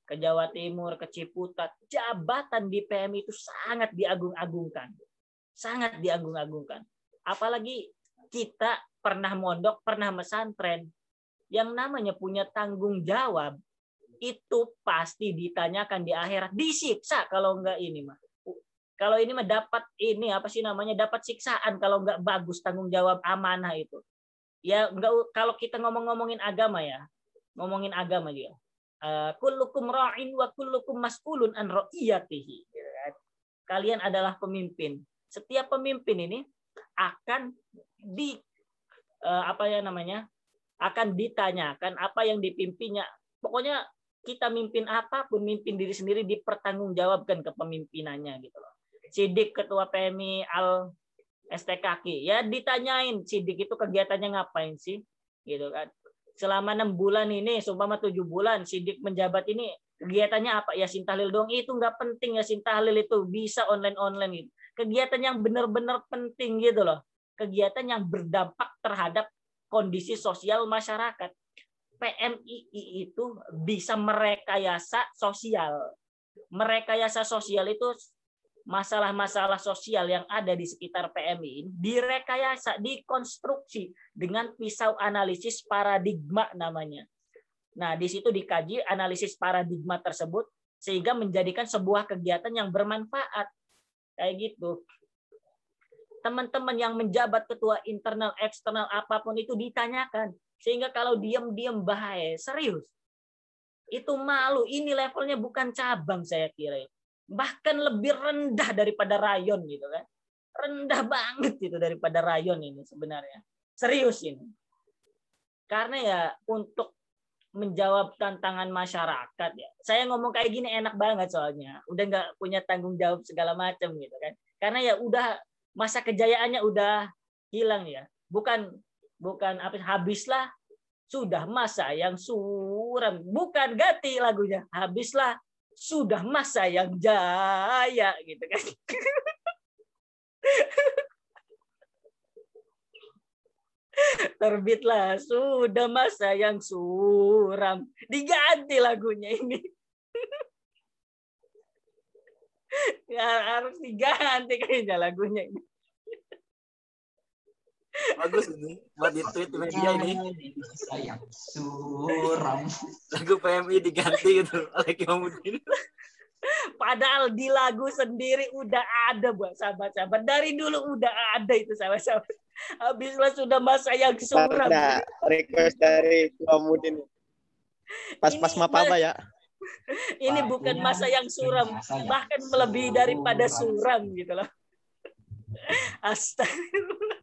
ke Jawa Timur, ke Ciputat, jabatan di P M I itu sangat diagung-agungkan. Sangat diagung-agungkan. Apalagi kita pernah mondok, pernah mesantren, yang namanya punya tanggung jawab, itu pasti ditanyakan di akhirat, disiksa kalau enggak ini mah. Kalau ini mah dapat ini apa sih namanya, dapat siksaan kalau enggak bagus tanggung jawab amanah itu. Ya enggak, kalau kita ngomong-ngomongin agama ya, ngomongin agama juga. Uh, kullukum ra'in wa kullukum mas'ulun an ra'iyatihi. Kalian adalah pemimpin. Setiap pemimpin ini akan di uh, apa ya namanya? akan ditanyakan apa yang dipimpinnya. Pokoknya kita mimpin apa, pemimpin diri sendiri dipertanggungjawabkan kepemimpinannya gitu loh. Sidik ketua P M I Al S T K K ya ditanyain Sidik itu kegiatannya ngapain sih gitu kan. Selama enam bulan ini, seumpama tujuh bulan, Sidik menjabat ini, kegiatannya apa? Yasin tahlil doang. Itu nggak penting Yasin tahlil itu. Bisa online-online gitu. Kegiatan yang benar-benar penting gitu loh. Kegiatan yang berdampak terhadap kondisi sosial masyarakat. P M I I itu bisa merekayasa sosial. Merekayasa sosial itu masalah-masalah sosial yang ada di sekitar P M I direkayasa, dikonstruksi dengan pisau analisis paradigma namanya. Nah, di situ dikaji analisis paradigma tersebut sehingga menjadikan sebuah kegiatan yang bermanfaat. Kayak gitu. Teman-teman yang menjabat ketua internal, eksternal, apapun itu ditanyakan. Sehingga kalau diam-diam bahaya, serius. Itu malu, ini levelnya bukan cabang saya kira. Bahkan lebih rendah daripada rayon gitu kan. Rendah banget itu daripada rayon ini sebenarnya. Serius ini. Karena ya untuk menjawab tantangan masyarakat ya. Saya ngomong kayak gini enak banget soalnya. Udah nggak punya tanggung jawab segala macam gitu kan. Karena ya udah masa kejayaannya udah hilang ya. Bukan bukan apa habislah sudah masa yang suram. Bukan ganti lagunya. Habislah sudah masa yang jaya gitu kan. Terbitlah sudah masa yang suram. Diganti lagunya ini. Ya, harus diganti kayaknya lagunya ini. Bagus ini buat di tweet media ini. Masa yang suram. Lagu P M I diganti gitu oleh Imamuddin. Padahal di lagu sendiri udah ada buat sahabat-sahabat. Dari dulu udah ada itu sahabat-sahabat. Habislah sudah masa yang suram. Ada request dari Imamuddin. Pas-pas apa ya? Ini bukan masa yang suram, bahkan melebihi daripada suram gitu loh. Astagfirullah.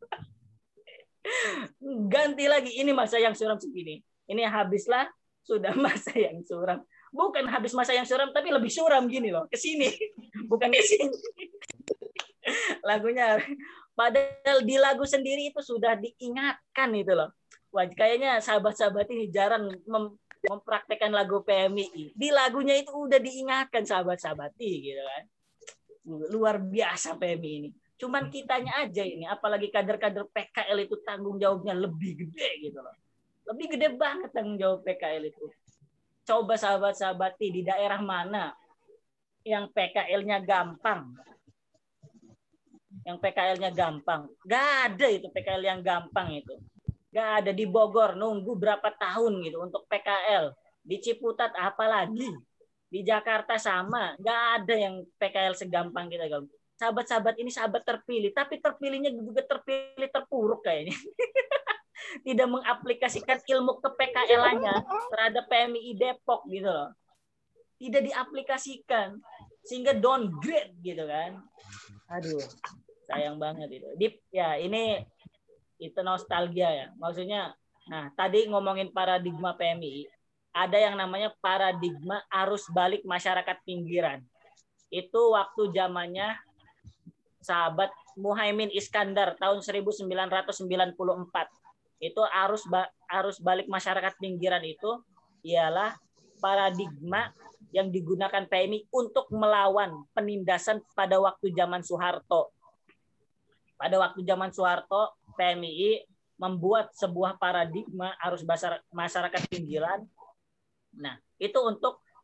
Ganti lagi, ini masa yang suram segini. Ini habislah sudah masa yang suram. Bukan habis masa yang suram, tapi lebih suram gini loh. Ke sini, bukan ke sini. Lagunya, padahal di lagu sendiri itu sudah diingatkan itu loh. Wah, kayaknya sahabat-sahabat ini jarang mem mempraktekkan lagu P M I. Di lagunya itu udah diingatkan sahabat-sahabati gitu kan. Luar biasa P M I ini. Cuman kitanya aja ini, apalagi kader-kader P K L itu tanggung jawabnya lebih gede gitu loh. Lebih gede banget tanggung jawab P K L itu. Coba sahabat-sahabati di daerah mana yang P K L-nya gampang. Yang P K L-nya gampang. Gak ada itu P K L yang gampang itu. Gak ada. Di Bogor nunggu berapa tahun gitu untuk P K L. Di Ciputat apalagi. Di Jakarta sama. Gak ada yang P K L segampang kita. Sahabat-sahabat ini sahabat terpilih. Tapi terpilihnya juga terpilih terpuruk kayaknya. Tidak mengaplikasikan ilmu ke P K L-nya terhadap P M I Depok gitu loh. Tidak diaplikasikan. Sehingga downgrade gitu kan. Aduh. Sayang banget itu. Dip, ya ini itu nostalgia ya. Maksudnya, nah tadi ngomongin paradigma P M I, ada yang namanya paradigma arus balik masyarakat pinggiran. Itu waktu zamannya sahabat Muhaimin Iskandar tahun seribu sembilan ratus sembilan puluh empat. Itu arus ba arus balik masyarakat pinggiran itu ialah paradigma yang digunakan P M I untuk melawan penindasan pada waktu zaman Soeharto. Pada waktu zaman Soeharto, P M I membuat sebuah paradigma arus masyarakat pinggiran. Nah, itu untuk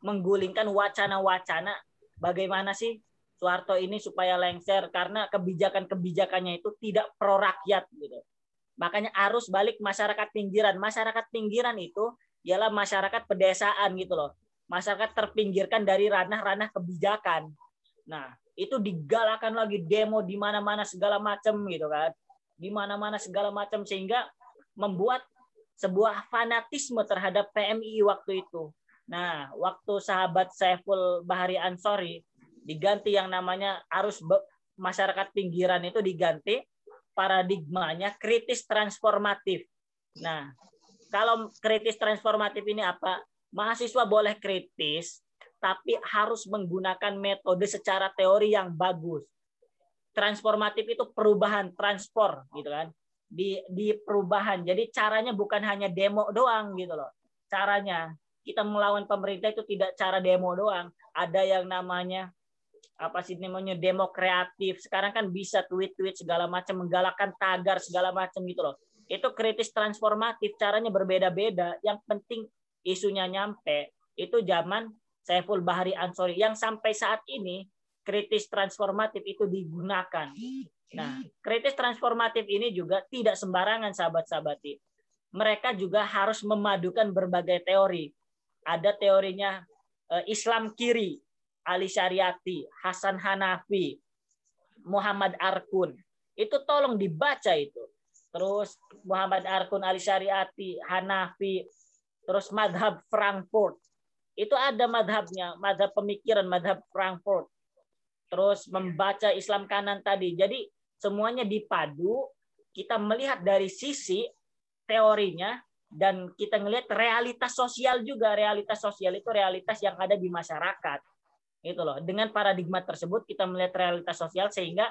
menggulingkan wacana-wacana bagaimana sih Soeharto ini supaya lengser karena kebijakan-kebijakannya itu tidak pro rakyat gitu. Makanya arus balik masyarakat pinggiran. Masyarakat pinggiran itu ialah masyarakat pedesaan gitu loh. Masyarakat terpinggirkan dari ranah-ranah kebijakan. Nah, itu digalakan lagi demo di mana-mana segala macam gitu kan. Di mana-mana segala macam sehingga membuat sebuah fanatisme terhadap P M I I waktu itu. Nah, waktu sahabat Saiful Bahari Ansori diganti yang namanya arus masyarakat pinggiran itu diganti paradigmanya kritis transformatif. Nah, kalau kritis transformatif ini apa? Mahasiswa boleh kritis, tapi harus menggunakan metode secara teori yang bagus. Transformatif itu perubahan, transport gitu kan. Di di perubahan. Jadi caranya bukan hanya demo doang gitu loh. Caranya kita melawan pemerintah itu tidak cara demo doang. Ada yang namanya apa sih namanya demo kreatif. Sekarang kan bisa tweet-tweet segala macam, menggalakkan tagar segala macam gitu loh. Itu kritis transformatif, caranya berbeda-beda. Yang penting isunya nyampe. Itu zaman Saiful Bahari Ansori yang sampai saat ini kritis transformatif itu digunakan. Nah, kritis transformatif ini juga tidak sembarangan sahabat-sahabati. Mereka juga harus memadukan berbagai teori. Ada teorinya Islam kiri, Ali Syariati, Hasan Hanafi, Muhammad Arkun. Itu tolong dibaca itu. Terus Muhammad Arkun, Ali Syariati, Hanafi, terus madhab Frankfurt. Itu ada madhabnya, madhab pemikiran, madhab Frankfurt. Terus membaca Islam kanan tadi. Jadi semuanya dipadu, kita melihat dari sisi teorinya, dan kita melihat realitas sosial juga. Realitas sosial itu realitas yang ada di masyarakat. Itu loh. Dengan paradigma tersebut kita melihat realitas sosial sehingga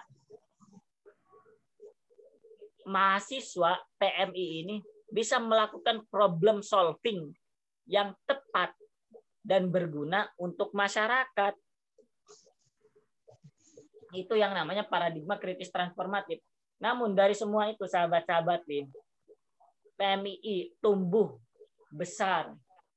mahasiswa P M I ini bisa melakukan problem solving yang tepat dan berguna untuk masyarakat. Itu yang namanya paradigma kritis transformatif. Namun dari semua itu sahabat-sahabat P M I I tumbuh besar.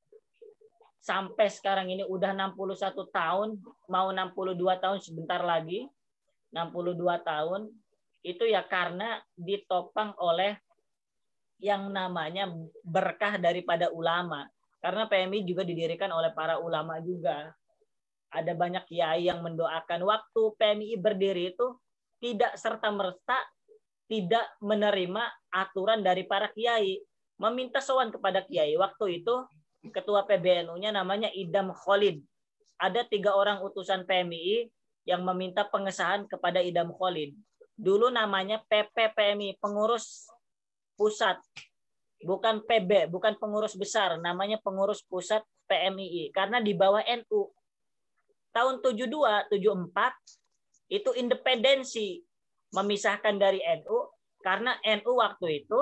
Sampai sekarang ini udah enam puluh satu tahun, mau enam puluh dua tahun sebentar lagi, enam puluh dua tahun, itu ya karena ditopang oleh yang namanya berkah daripada ulama. Karena P M I juga didirikan oleh para ulama juga. Ada banyak kiai yang mendoakan. Waktu P M I berdiri itu tidak serta-merta tidak menerima aturan dari para kiai. Meminta sowan kepada kiai. Waktu itu ketua P B N U-nya namanya Idam Khalid. Ada tiga orang utusan P M I I yang meminta pengesahan kepada Idam Khalid. Dulu namanya P P P M I, pengurus pusat. Bukan P B, bukan pengurus besar. Namanya pengurus pusat P M I I. Karena di bawah N U. Tahun tujuh dua, tujuh empat itu independensi. Memisahkan dari N U. Karena N U waktu itu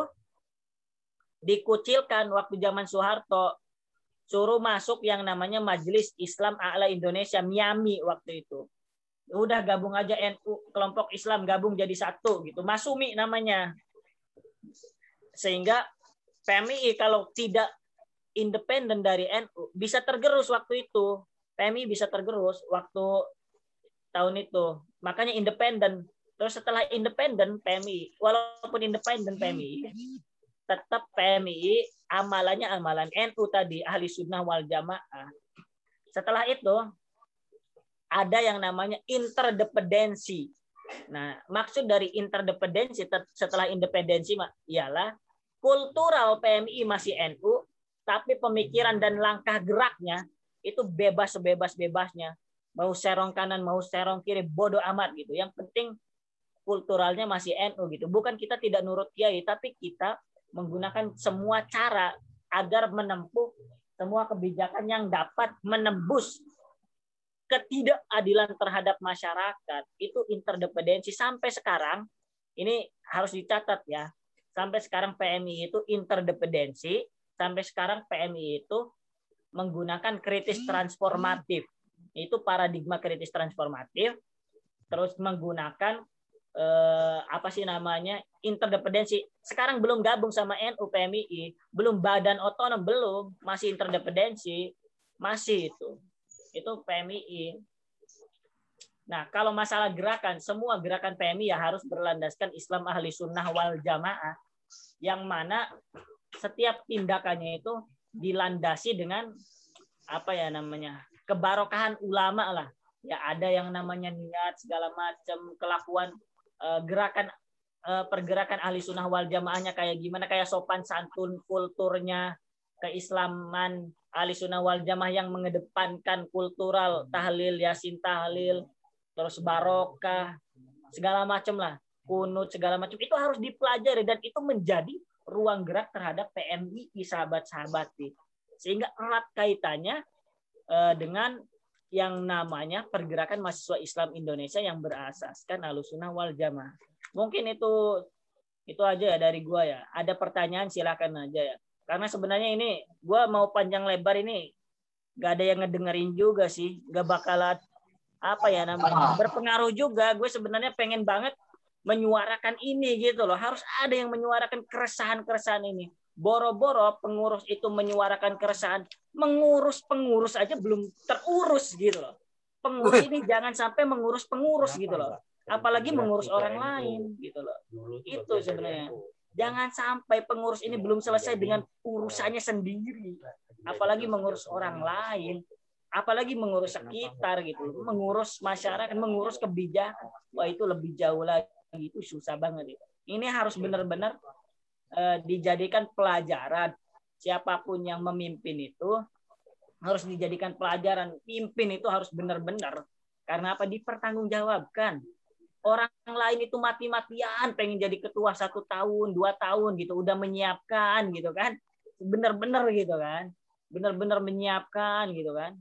dikucilkan waktu zaman Soeharto. Suruh masuk yang namanya Majelis Islam A'la Indonesia, Miami waktu itu. Udah gabung aja N U, kelompok Islam gabung jadi satu gitu. Masumi namanya. Sehingga P M I I kalau tidak independen dari N U bisa tergerus waktu itu. P M I I bisa tergerus waktu tahun itu. Makanya independen. Terus setelah independen P M I I, walaupun independen P M I I, tetap P M I I amalannya amalan N U tadi, ahli sunnah wal jamaah. Setelah itu ada yang namanya interdependensi. Nah, maksud dari interdependensi setelah independensi ialah kultural P M I I masih N U, tapi pemikiran dan langkah geraknya itu bebas sebebas-bebasnya. Mau serong kanan, mau serong kiri, bodoh amat gitu. Yang penting kulturalnya masih N U gitu. Bukan kita tidak nurut kiai, tapi kita menggunakan semua cara agar menempuh semua kebijakan yang dapat menembus ketidakadilan terhadap masyarakat. Itu interdependensi sampai sekarang. Ini harus dicatat ya. Sampai sekarang P M I I itu interdependensi. Sampai sekarang P M I I itu menggunakan kritis transformatif. Itu paradigma kritis transformatif. Terus menggunakan eh, apa sih namanya interdependensi. Sekarang belum gabung sama N U P M I I, belum badan otonom, belum, masih interdependensi, masih itu. Itu P M I I. Nah, kalau masalah gerakan, semua gerakan P M I ya harus berlandaskan Islam ahli sunnah wal jamaah, yang mana setiap tindakannya itu dilandasi dengan apa ya namanya, kebarokahan ulama lah. Ya ada yang namanya niat segala macam, kelakuan eh, gerakan eh, pergerakan ahli sunnah wal jamaahnya kayak gimana, kayak sopan santun, kulturnya, keislaman ahli sunnah wal jamaah yang mengedepankan kultural, tahlil, yasin tahlil, terus barokah, segala macam lah, kunut segala macam, itu harus dipelajari dan itu menjadi ruang gerak terhadap P M I I sahabat-sahabat, sehingga erat kaitannya eh, dengan yang namanya pergerakan mahasiswa Islam Indonesia yang berasaskan Ahlussunnah wal Jamaah. Mungkin itu itu aja ya dari gua ya. Ada pertanyaan silakan aja ya. Karena sebenarnya ini gua mau panjang lebar ini gak ada yang ngedengerin juga sih, gak bakalan apa ya namanya berpengaruh juga. Gue sebenarnya pengen banget menyuarakan ini gitu loh. Harus ada yang menyuarakan keresahan-keresahan ini. Boro-boro pengurus itu menyuarakan keresahan, mengurus pengurus aja belum terurus gitu loh. Pengurus ini jangan sampai mengurus pengurus gitu loh. Apalagi mengurus orang lain gitu loh. Itu sebenarnya. Jangan sampai pengurus ini belum selesai dengan urusannya sendiri. Apalagi mengurus orang lain. Apalagi mengurus sekitar gitu, mengurus masyarakat, mengurus kebijakan. Wah itu lebih jauh lagi, itu susah banget itu. Ini harus benar-benar eh, dijadikan pelajaran. Siapapun yang memimpin itu harus dijadikan pelajaran. Pimpin itu harus benar-benar. Karena apa? Dipertanggungjawabkan. Orang lain itu mati-matian pengen jadi ketua satu tahun, dua tahun gitu, udah menyiapkan gitu kan, benar-benar gitu kan, benar-benar menyiapkan gitu kan.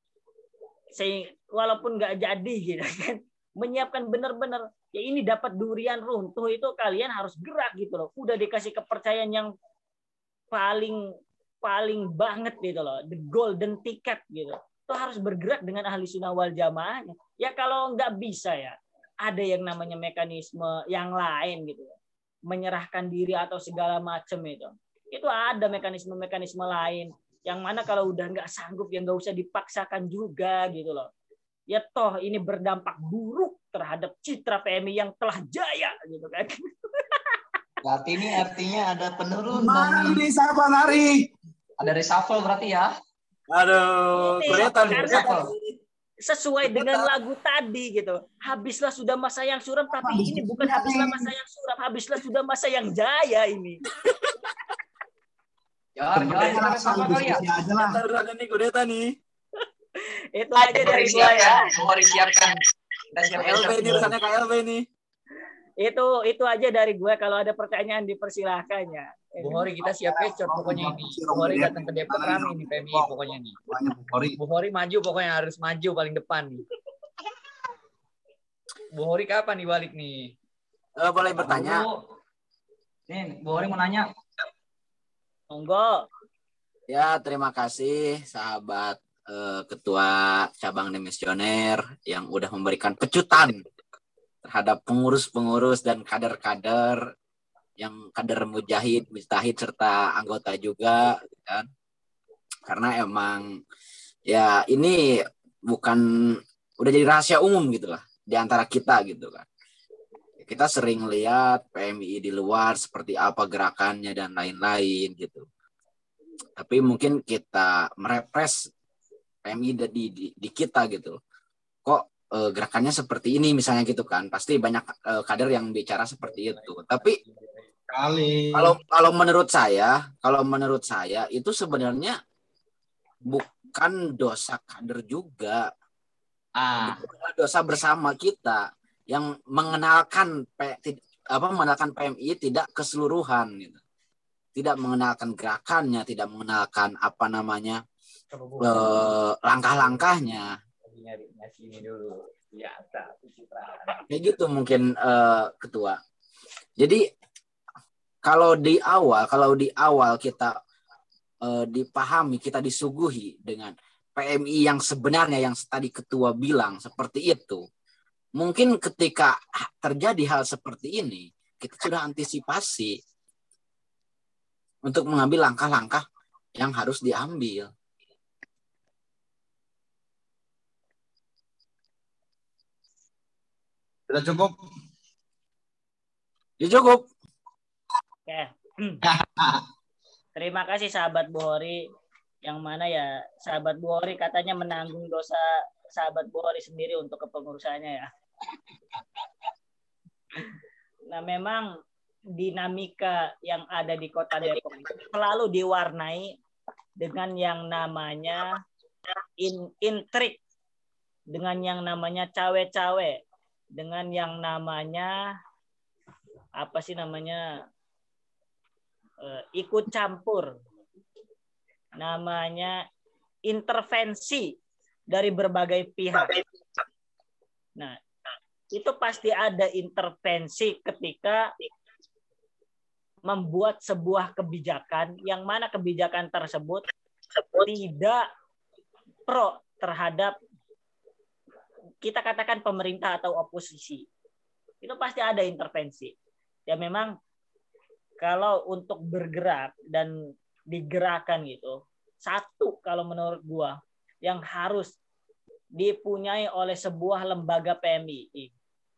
Saya walaupun nggak jadi gitu kan, menyiapkan benar-benar ya ini dapat durian runtuh itu kalian harus gerak gitu loh. Udah dikasih kepercayaan yang paling paling banget gitu loh, the golden ticket gitu. Itu harus bergerak dengan ahli sunnah wal jamaahnya. Ya kalau nggak bisa ya ada yang namanya mekanisme yang lain gitu, menyerahkan diri atau segala macam itu. Itu ada mekanisme-mekanisme lain. Yang mana kalau udah nggak sanggup ya nggak usah dipaksakan juga gitu loh. Ya toh ini berdampak buruk terhadap citra P M I yang telah jaya gitu kan. Berarti ini artinya ada penurunan. Mari siapa nari? Ada reshuffle berarti ya. Aduh, kelihatan karena sesuai dengan lagu tadi gitu. Habislah sudah masa yang suram, tapi ini bukan habislah masa yang suram, habislah sudah masa yang jaya ini. Jangan, jangan sama kali ya. Ada nih kudeta nih. Itu aja dari gua ya. Mari siapkan. Kita siapkan. K L B ini urusannya K L B nih. Itu itu aja dari gue. Kalau ada pertanyaan dipersilahkan ya. Bu Hori kita siap pecot pokoknya ini. Bu Hori datang ke Depok rame nih P M I pokoknya nih. Bu Hori maju pokoknya harus maju paling depan nih. Bu Hori kapan nih balik nih? Uh, boleh bertanya. Nih, Bu Hori mau nanya. Monggo. Ya, terima kasih sahabat eh, Ketua Cabang Demisioner yang udah memberikan pecutan terhadap pengurus-pengurus dan kader-kader yang kader mujahid, mustahid serta anggota juga kan. Karena emang ya ini bukan udah jadi rahasia umum gitu lah di antara kita gitu kan. Kita sering lihat P M I I di luar seperti apa gerakannya dan lain-lain gitu. Tapi mungkin kita merepres P M I I di, di, di kita gitu. Kok e, gerakannya seperti ini misalnya gitu kan. Pasti banyak e, kader yang bicara seperti itu. Tapi Kali. kalau kalau menurut saya, kalau menurut saya itu sebenarnya bukan dosa kader juga. Ah, Dosa bersama kita yang mengenalkan apa mengenalkan P M I I tidak keseluruhan gitu. Tidak mengenalkan gerakannya, tidak mengenalkan apa namanya eh, langkah-langkahnya. Kayak gitu mungkin eh, ketua. Jadi kalau di awal, kalau di awal kita eh, dipahami, kita disuguhi dengan P M I I yang sebenarnya yang tadi ketua bilang seperti itu. Mungkin ketika terjadi hal seperti ini, kita sudah antisipasi untuk mengambil langkah-langkah yang harus diambil. Sudah cukup? Ya cukup. Oke. Terima kasih sahabat Buhori. Yang mana ya sahabat Buhori katanya menanggung dosa sahabat Buhori sendiri untuk kepengurusannya ya. Nah memang dinamika yang ada di kota Depok selalu diwarnai dengan yang namanya in, intrik, dengan yang namanya cawe-cawe, dengan yang namanya apa sih namanya uh, ikut campur, namanya intervensi dari berbagai pihak. Nah, itu pasti ada intervensi ketika membuat sebuah kebijakan yang mana kebijakan tersebut tidak pro terhadap kita katakan pemerintah atau oposisi. Itu pasti ada intervensi. Ya memang kalau untuk bergerak dan digerakkan gitu, satu kalau menurut gua yang harus dipunyai oleh sebuah lembaga P M I I.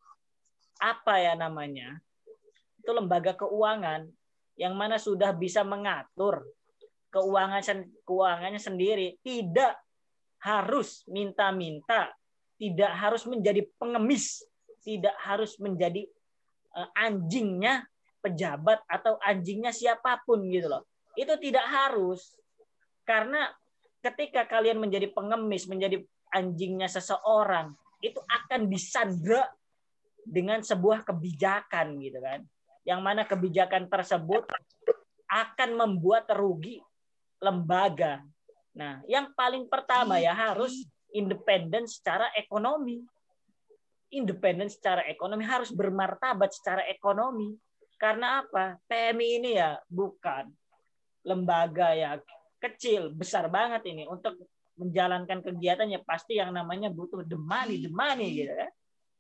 Apa ya namanya? Itu lembaga keuangan yang mana sudah bisa mengatur keuangan keuangannya sendiri, tidak harus minta-minta, tidak harus menjadi pengemis, tidak harus menjadi uh, anjingnya pejabat atau anjingnya siapapun gitu loh. Itu tidak harus. Karena ketika kalian menjadi pengemis, menjadi anjingnya seseorang, itu akan disandra dengan sebuah kebijakan gitu kan. Yang mana kebijakan tersebut akan membuat rugi lembaga. Nah, yang paling pertama ya harus independen secara ekonomi. Independen secara ekonomi, harus bermartabat secara ekonomi. Karena apa? P M I ini ya bukan lembaga ya kecil, besar banget ini. Untuk menjalankan kegiatannya pasti yang namanya butuh the money, the money gitu kan.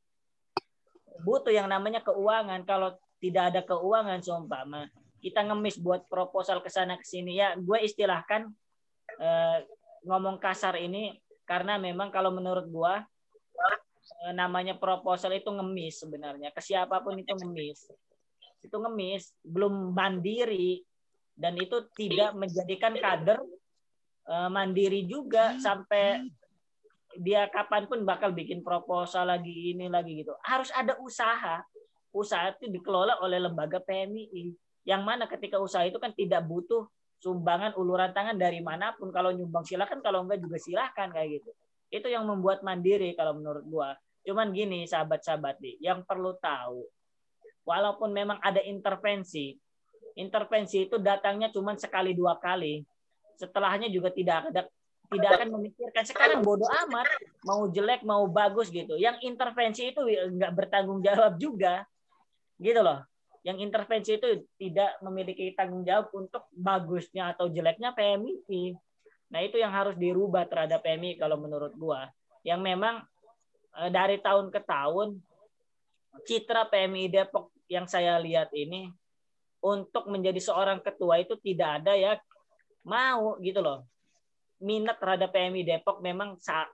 Butuh yang namanya keuangan. Kalau tidak ada keuangan, seumpama kita ngemis buat proposal ke sana ke sini ya, gue istilahkan eh, ngomong kasar ini karena memang kalau menurut gue eh, namanya proposal itu ngemis sebenarnya. Ke siapapun itu ngemis. Itu ngemis, belum mandiri, dan itu tidak menjadikan kader eh, mandiri juga sampai dia kapanpun bakal bikin proposal lagi ini lagi gitu. Harus ada usaha. Usaha itu dikelola oleh lembaga P M I I. Yang mana ketika usaha itu kan tidak butuh sumbangan uluran tangan dari manapun. Kalau nyumbang silakan, kalau enggak juga silakan kayak gitu. Itu yang membuat mandiri kalau menurut gua. Cuman gini sahabat-sahabat nih, yang perlu tahu, walaupun memang ada intervensi, intervensi itu datangnya cuma sekali dua kali. Setelahnya juga tidak ada, tidak akan memikirkan. Sekarang bodoh amat, mau jelek mau bagus gitu. Yang intervensi itu enggak bertanggung jawab juga. Gitu loh. Yang intervensi itu tidak memiliki tanggung jawab untuk bagusnya atau jeleknya P M I I. Nah, itu yang harus dirubah terhadap P M I I kalau menurut gua. Yang memang dari tahun ke tahun citra P M I I Depok yang saya lihat ini untuk menjadi seorang ketua itu tidak ada ya mau gitu loh. Minat terhadap P M I I Depok memang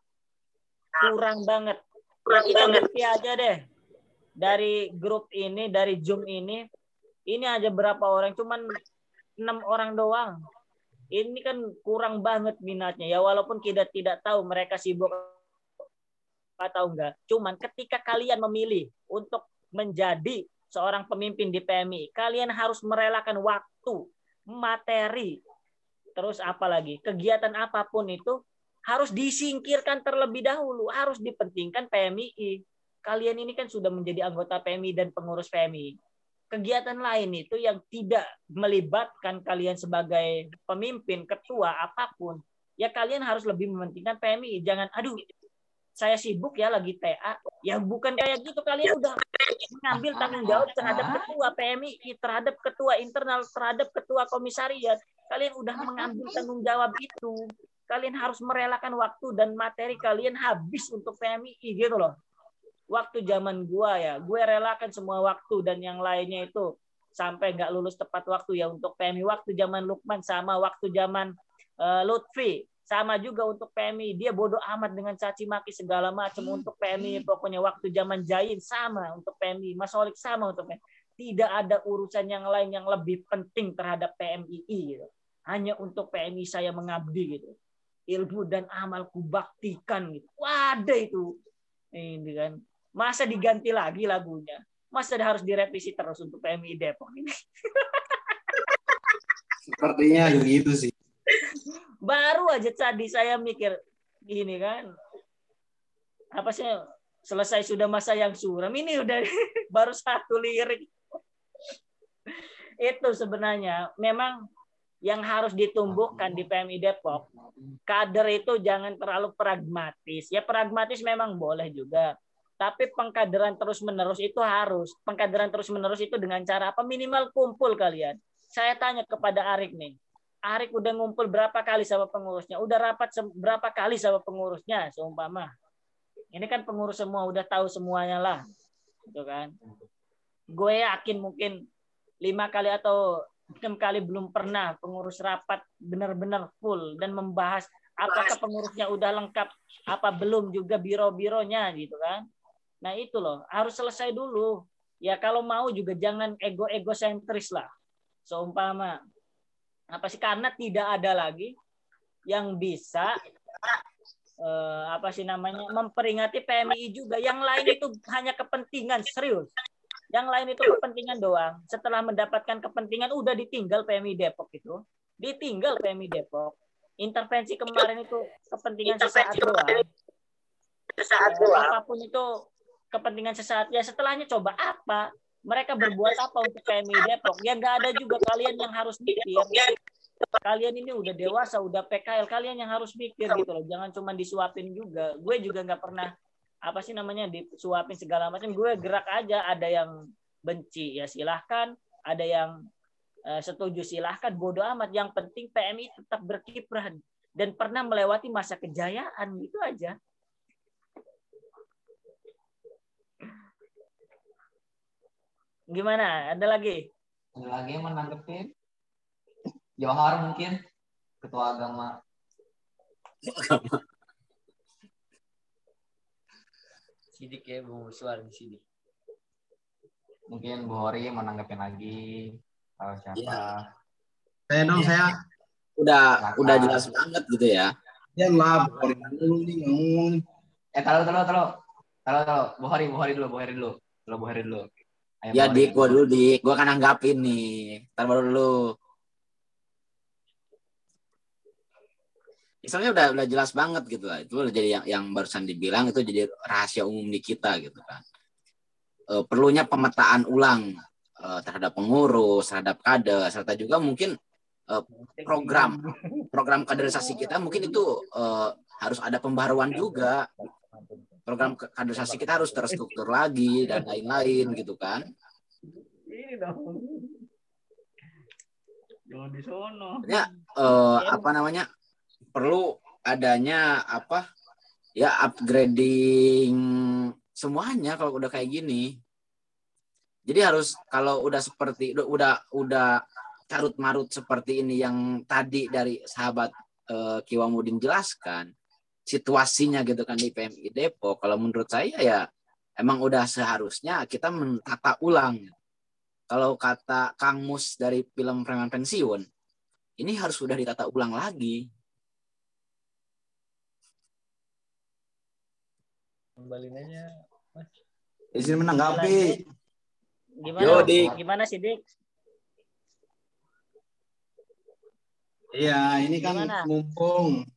kurang banget. Kurang kita ngerti aja deh. Dari grup ini, dari Zoom ini, ini aja berapa orang, cuman enam orang doang. Ini kan kurang banget minatnya ya, walaupun kita tidak tahu mereka sibuk atau enggak. Cuman ketika kalian memilih untuk menjadi seorang pemimpin di P M I I, kalian harus merelakan waktu, materi, terus apa lagi, kegiatan apapun itu harus disingkirkan terlebih dahulu, harus dipentingkan P M I I. Kalian ini kan sudah menjadi anggota P M I I dan pengurus P M I I. Kegiatan lain itu yang tidak melibatkan kalian sebagai pemimpin, ketua, apapun, ya kalian harus lebih mementingkan P M I I. Jangan, aduh, saya sibuk ya lagi T A. Ya bukan kayak gitu, kalian udah mengambil tanggung jawab terhadap ketua P M I I, terhadap ketua internal, terhadap ketua komisariat. Kalian udah mengambil tanggung jawab itu. Kalian harus merelakan waktu dan materi kalian habis untuk P M I I gitu loh. Waktu zaman gua ya, gue relakan semua waktu dan yang lainnya itu sampai nggak lulus tepat waktu ya untuk P M I I. Waktu zaman Lukman sama waktu zaman uh, Lutfi Sama juga untuk P M I, dia bodoh amat dengan caci maki segala macam untuk P M I. Pokoknya waktu zaman Jain sama untuk P M I, Mas Holik sama untuk P M I. Tidak ada urusan yang lain yang lebih penting terhadap P M I I gitu. Hanya untuk P M I saya mengabdi gitu. Ilmu dan amalku baktikan gitu. Wadah itu. Ini kan. Masa diganti lagi lagunya? Masa harus direvisi terus untuk P M I Depok ini? Sepertinya begitu sih. Baru aja tadi saya mikir gini kan, apa sih, selesai sudah masa yang suram, ini udah baru satu lirik. Itu sebenarnya memang yang harus ditumbuhkan di P M I Depok. Kader itu jangan terlalu pragmatis. Ya pragmatis memang boleh juga. Tapi pengkaderan terus-menerus itu harus. Pengkaderan terus-menerus itu dengan cara apa? Minimal kumpul kalian. Saya tanya kepada Arik nih. Arik udah ngumpul berapa kali sama pengurusnya? Udah rapat berapa kali sama pengurusnya? Seumpama. Ini kan pengurus semua, udah tahu semuanya lah. Gitu kan. Gue yakin mungkin lima kali atau enam kali belum pernah pengurus rapat benar-benar full dan membahas apakah pengurusnya udah lengkap, apa belum juga biro-bironya gitu kan. Nah itu loh, harus selesai dulu. Ya kalau mau juga jangan ego-egosentris lah. Seumpama apa sih, karena tidak ada lagi yang bisa eh, apa sih namanya memperingati P M I I juga. Yang lain itu hanya kepentingan, serius. Yang lain itu kepentingan doang. Setelah mendapatkan kepentingan udah ditinggal P M I Depok itu. Ditinggal P M I Depok. Intervensi kemarin itu kepentingan sesaat doang. Sesaat doang. Apapun itu kepentingan sesaat. Ya setelahnya coba apa? Mereka berbuat apa untuk P M I Depok? Ya nggak ada juga, kalian yang harus mikir. Kalian ini udah dewasa, udah P K L, kalian yang harus mikir gitu loh. Jangan cuma disuapin juga. Gue juga nggak pernah apa sih namanya disuapin segala macam. Gue gerak aja. Ada yang benci ya silahkan, ada yang uh, setuju silahkan. Bodoh amat. Yang penting P M I tetap berkiprah dan pernah melewati masa kejayaan, gitu aja. Gimana? Ada lagi? Ada lagi yang menanggepin? Johar mungkin, ketua agama. Sidik ya, Bu Suar di sini. Mungkin Bu Hori menanggepin lagi. Tahu siapa? Ya. Saya dong, saya. Udah, Silakan. udah jelas banget gitu ya. Ya lah, Bu Hori dulu nih ngomong. Eh, taruh, taruh, taruh. Taruh, taruh. Bu Hori, Bu Hori dulu, Bu Hori dulu. Taruh Bu Hori dulu. Ayo, Ya Bu Hori. Dik, gua dulu Dik. Gua kan nanggapin nih. Ntar baru dulu. Misalnya udah udah jelas banget gitu lah. Itu udah jadi yang yang barusan dibilang itu jadi rahasia umum di kita gitu kan. E, perlunya pemetaan ulang e, terhadap pengurus, terhadap kader, serta juga mungkin e, program program kaderisasi kita mungkin itu e, harus ada pembaruan juga. Program kaderisasi kita harus terstruktur lagi dan lain-lain gitu kan. Ini dong. Jangan di sono. Ya eh, apa namanya? Perlu adanya apa? Ya upgrading semuanya kalau udah kayak gini. Jadi harus kalau udah seperti udah udah, udah carut marut seperti ini yang tadi dari sahabat eh, Kiwamudin jelaskan situasinya gitu kan di P M I Depok, kalau menurut saya ya emang udah seharusnya kita mentata ulang. Kalau kata Kang Mus dari film Preman Pensiun, ini harus sudah ditata ulang lagi. Kembalinya Mas. Izin menanggapi. Gimana? Yo, Dik. Gimana sih, Dik? Iya, ini kan Gimana? mumpung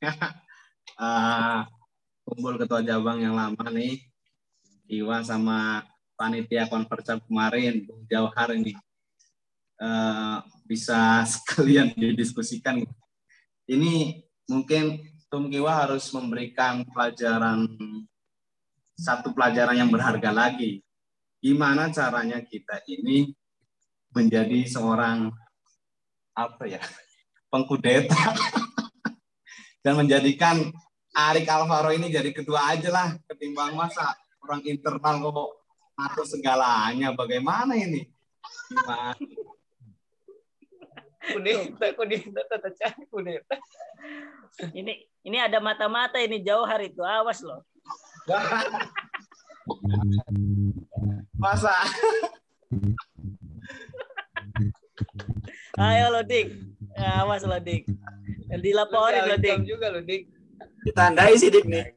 uh, kumpul ketua cabang yang lama nih, Iwa sama panitia konversi kemarin, Bung Jauhar ini uh, bisa sekalian didiskusikan. Ini mungkin Tum Kiwa harus memberikan pelajaran, satu pelajaran yang berharga lagi. Gimana caranya kita ini menjadi seorang apa ya, pengkudeta dan menjadikan Arik Alvaro ini jadi ketua aja lah, ketimbang masa orang internal kok ngatur segalanya. Bagaimana ini? Gimana? Kudeta, kudeta, tata cara kudeta. Ini ini ada mata-mata ini Jauhar itu, awas loh. Masa? Ayo lo Dik, awas lo Dik. Dilaporin lo Dik. Juga lo Dik. Ditandai sih Dik nih.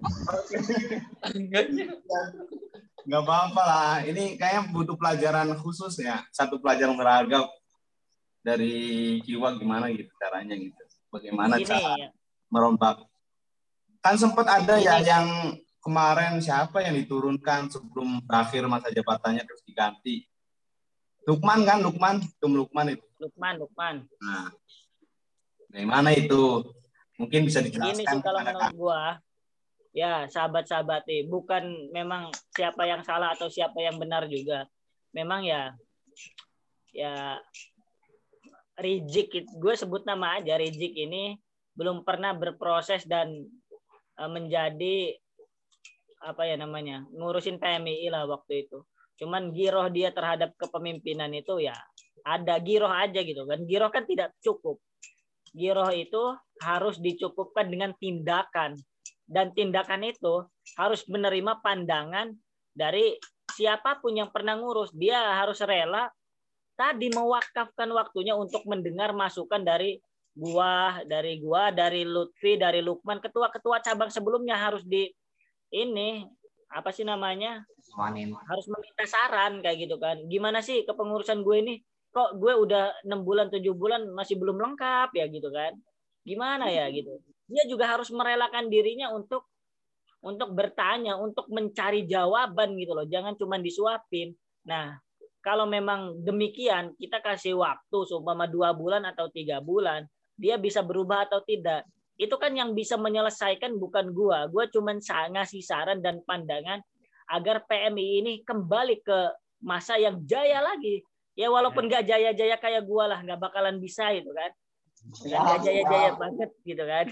Nggak apa-apa lah. Ini kayaknya butuh pelajaran khusus ya. Satu pelajaran berharga dari Kiwa gimana gitu caranya gitu. Bagaimana Ini cara merombak. Kan sempat ada ya yang kemarin siapa yang diturunkan sebelum berakhir masa jabatannya terus diganti. Lukman kan, Lukman, Tum Lukman itu. Lukman, Lukman. Nah, bagaimana itu? Mungkin bisa dijelaskan. Ini sih kalau kepada menurut gua, ya sahabat-sahabat nih, bukan memang siapa yang salah atau siapa yang benar juga. Memang ya, ya Rizik, gue sebut nama aja Rizik ini belum pernah berproses dan uh, menjadi apa ya namanya ngurusin P M I lah waktu itu. Cuman giroh dia terhadap kepemimpinan itu ya ada giroh aja gitu kan. Giroh kan tidak cukup. Giroh itu harus dicukupkan dengan tindakan. Dan tindakan itu harus menerima pandangan dari siapapun yang pernah ngurus. Dia harus rela tadi mewakafkan waktunya untuk mendengar masukan dari gua, dari gua, dari Lutfi, dari Lukman, ketua-ketua cabang sebelumnya harus di ini apa sih namanya? Manin. Harus meminta saran kayak gitu kan. Gimana sih kepengurusan gue ini? Kok gue udah enam bulan, tujuh bulan masih belum lengkap ya gitu kan. Gimana ya gitu. Dia juga harus merelakan dirinya untuk untuk bertanya, untuk mencari jawaban gitu loh. Jangan cuma disuapin. Nah, kalau memang demikian, kita kasih waktu seumpama dua bulan atau tiga bulan, dia bisa berubah atau tidak. Itu kan yang bisa menyelesaikan bukan gua. Gua cuma ngasih saran dan pandangan agar P M I ini kembali ke masa yang jaya lagi. Ya walaupun nggak jaya-jaya kayak gua lah, nggak bakalan bisa itu kan. Nggak jaya-jaya banget gitu kan.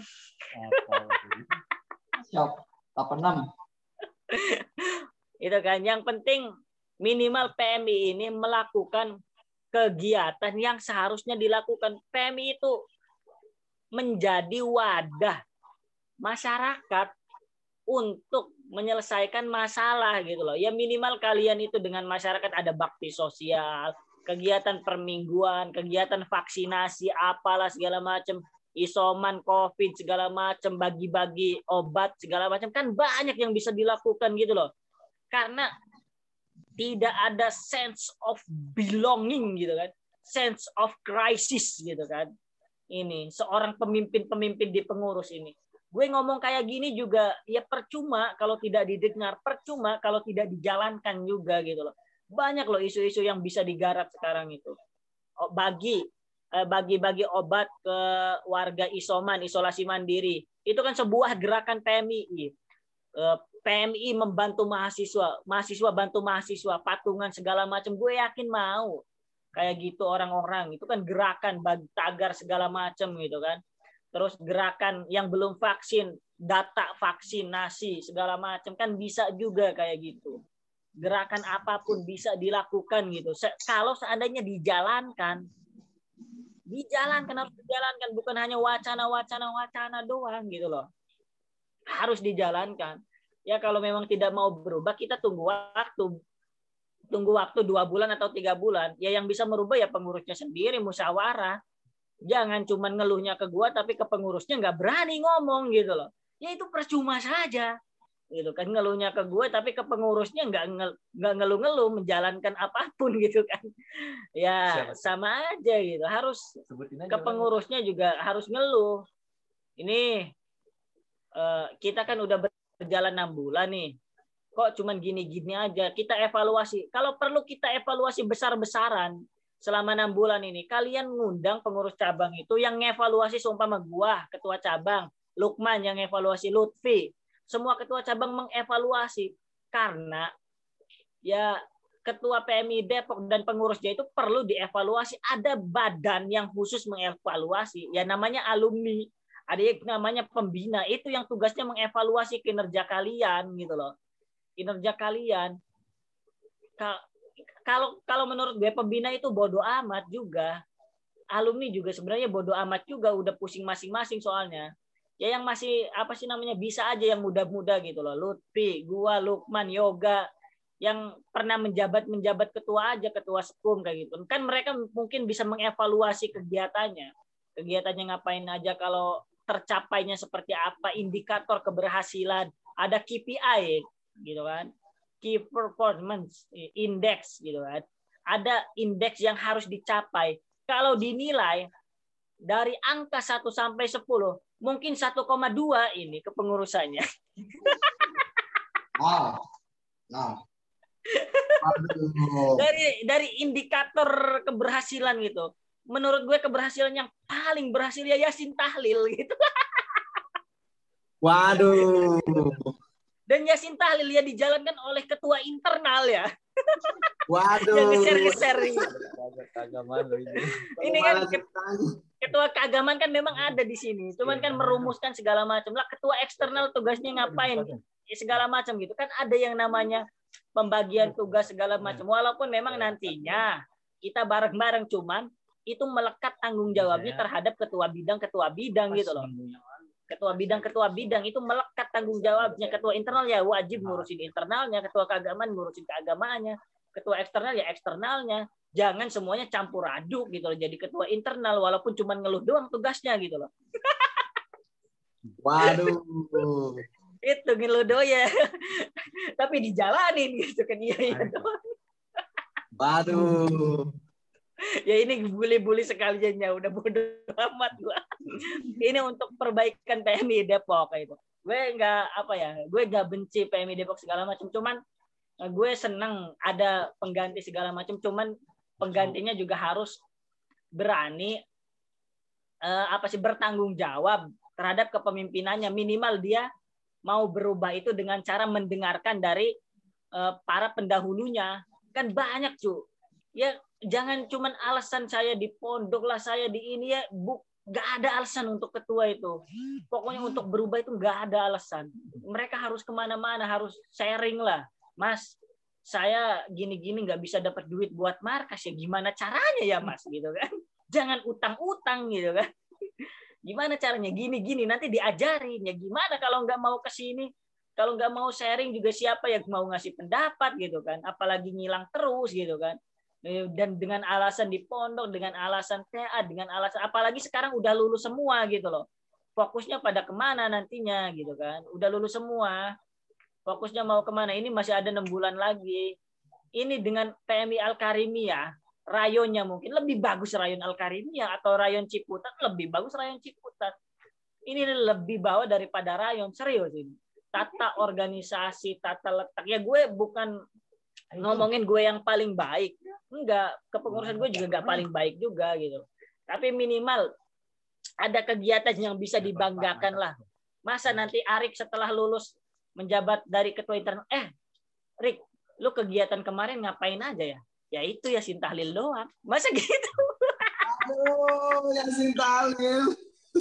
Siap. delapan enam. Itu kan yang penting minimal P M I ini melakukan kegiatan yang seharusnya dilakukan. P M I itu menjadi wadah masyarakat untuk menyelesaikan masalah gitu loh. Ya minimal kalian itu dengan masyarakat ada bakti sosial, kegiatan permingguan, kegiatan vaksinasi, apalah segala macam, isoman COVID segala macam, bagi-bagi obat segala macam, kan banyak yang bisa dilakukan gitu loh. Karena tidak ada sense of belonging gitu kan, sense of crisis gitu kan. Ini seorang pemimpin-pemimpin di pengurus ini. Gue ngomong kayak gini juga ya percuma kalau tidak didengar, percuma kalau tidak dijalankan juga gitu loh. Banyak loh isu-isu yang bisa digarap sekarang itu. Bagi bagi-bagi obat ke warga isoman, isolasi mandiri. Itu kan sebuah gerakan P M I. P M I membantu mahasiswa, mahasiswa bantu mahasiswa, patungan segala macam. Gue yakin mau. Kayak gitu orang-orang. Itu kan gerakan bagi tagar segala macam gitu kan. Terus gerakan yang belum vaksin, data vaksinasi segala macam kan bisa juga kayak gitu. Gerakan apapun bisa dilakukan gitu. Kalau seandainya dijalankan, dijalankan harus dijalankan, bukan hanya wacana-wacana wacana doang gitu loh. Harus dijalankan. Ya kalau memang tidak mau berubah, kita tunggu waktu. Tunggu waktu dua bulan atau tiga bulan. Ya yang bisa merubah ya pengurusnya sendiri, musyawarah. Jangan cuma ngeluhnya ke gua tapi ke pengurusnya nggak berani ngomong gitu loh. Ya itu percuma saja. Gitu kan, ngeluhnya ke gue tapi ke pengurusnya nggak nggak ngeluh-ngeluh menjalankan apapun gitu kan. Ya sama aja gitu. Harus ke pengurusnya juga harus ngeluh. Ini eh, kita kan udah berjalan enam bulan nih. Kok cuman gini-gini aja. Kita evaluasi. Kalau perlu kita evaluasi besar-besaran selama enam bulan ini. Kalian ngundang pengurus cabang itu yang ngevaluasi seumpama gua, ketua cabang, Lukman yang evaluasi, Lutfi. Semua ketua cabang mengevaluasi. Karena ya ketua P M I Depok dan pengurusnya itu perlu dievaluasi. Ada badan yang khusus mengevaluasi. Ya namanya alumni. Ada yang namanya pembina. Itu yang tugasnya mengevaluasi kinerja kalian gitu loh. Kinerja kalian. Kalau kalau menurut gue pembina itu bodoh amat juga. alumni juga sebenarnya bodoh amat juga, udah pusing masing-masing soalnya. Ya yang masih apa sih namanya bisa aja yang muda-muda gitu loh. Lutfi, gua, Lukman, Yoga yang pernah menjabat menjabat ketua aja, ketua sekum kayak gitu. Kan mereka mungkin bisa mengevaluasi kegiatannya. Kegiatannya ngapain aja, kalau tercapainya seperti apa, indikator keberhasilan, ada K P I gitu kan. Key Performance Index gitu kan. Ada indeks yang harus dicapai. Kalau dinilai dari angka satu sampai sepuluh, mungkin satu koma dua ini kepengurusannya. Wow. Nah. dari dari indikator keberhasilan gitu. Menurut gue keberhasilan yang paling berhasil ya Yasin Tahlil gitu. Waduh. Dan Yasin Tahlil ya dijalankan oleh ketua internal ya. Waduh. Yang nge-share-nge-share ini kan ketua keagamaan kan memang ada di sini. Cuman kan merumuskan segala macam. Lah ketua eksternal tugasnya ngapain? Ya, segala macam gitu. Kan ada yang namanya pembagian tugas segala macam. Walaupun memang nantinya kita bareng-bareng, cuman itu melekat tanggung jawabnya terhadap ketua bidang ketua bidang gitu loh. Ketua bidang ketua bidang itu melekat tanggung jawabnya. Ketua internal ya wajib ngurusin internalnya, ketua keagamaan ngurusin keagamaannya, ketua eksternal ya eksternalnya. Jangan semuanya campur aduk gitu loh. Jadi ketua internal walaupun cuma ngeluh doang tugasnya gitu loh. Waduh. Itu ngeluh doang ya. Tapi dijalanin gitu kan, iya iya doang. Waduh. Ya ini bully-bully sekalian ya, udah bodoh amat gua. Ini untuk perbaikan P M I Depok itu. Gue nggak apa ya, gue nggak benci P M I Depok segala macam, cuman gue seneng ada pengganti segala macam, cuman penggantinya juga harus berani eh, apa sih bertanggung jawab terhadap kepemimpinannya. Minimal dia mau berubah itu dengan cara mendengarkan dari eh, para pendahulunya. Kan banyak cu. Ya jangan cuman alasan saya di pondok lah, saya di ini ya, bu, nggak ada alasan untuk ketua itu. Pokoknya untuk berubah itu nggak ada alasan. Mereka harus kemana-mana, harus sharing lah. Mas, saya gini-gini nggak bisa dapat duit buat markas ya, gimana caranya ya Mas gitu kan? Jangan utang-utang gitu kan? Gimana caranya? Gini-gini nanti diajarin ya. Gimana kalau nggak mau kesini? Kalau nggak mau sharing juga siapa yang mau ngasih pendapat gitu kan? Apalagi ngilang terus gitu kan? Dan dengan alasan di pondok, dengan alasan T A, dengan alasan apalagi sekarang udah lulus semua gitu loh. Fokusnya pada kemana nantinya gitu kan? Udah lulus semua. Fokusnya mau kemana? Ini masih ada enam bulan lagi. Ini dengan P M I Al-Karimiyah, rayonnya mungkin lebih bagus rayon Al-Karimiyah atau rayon Ciputat, lebih bagus rayon Ciputat. Ini lebih bawah daripada rayon, serius ini. Tata organisasi, tata letak. Ya gue bukan ngomongin gue yang paling baik. Enggak, kepengurusan gue juga enggak paling baik juga gitu. Tapi minimal ada kegiatan yang bisa dibanggakan lah. Masa nanti Arik setelah lulus menjabat dari ketua internal, eh Rik, lu kegiatan kemarin ngapain aja ya? Ya itu Yasin Tahlil doang. Masa gitu? Aduh, Yasin Tahlil.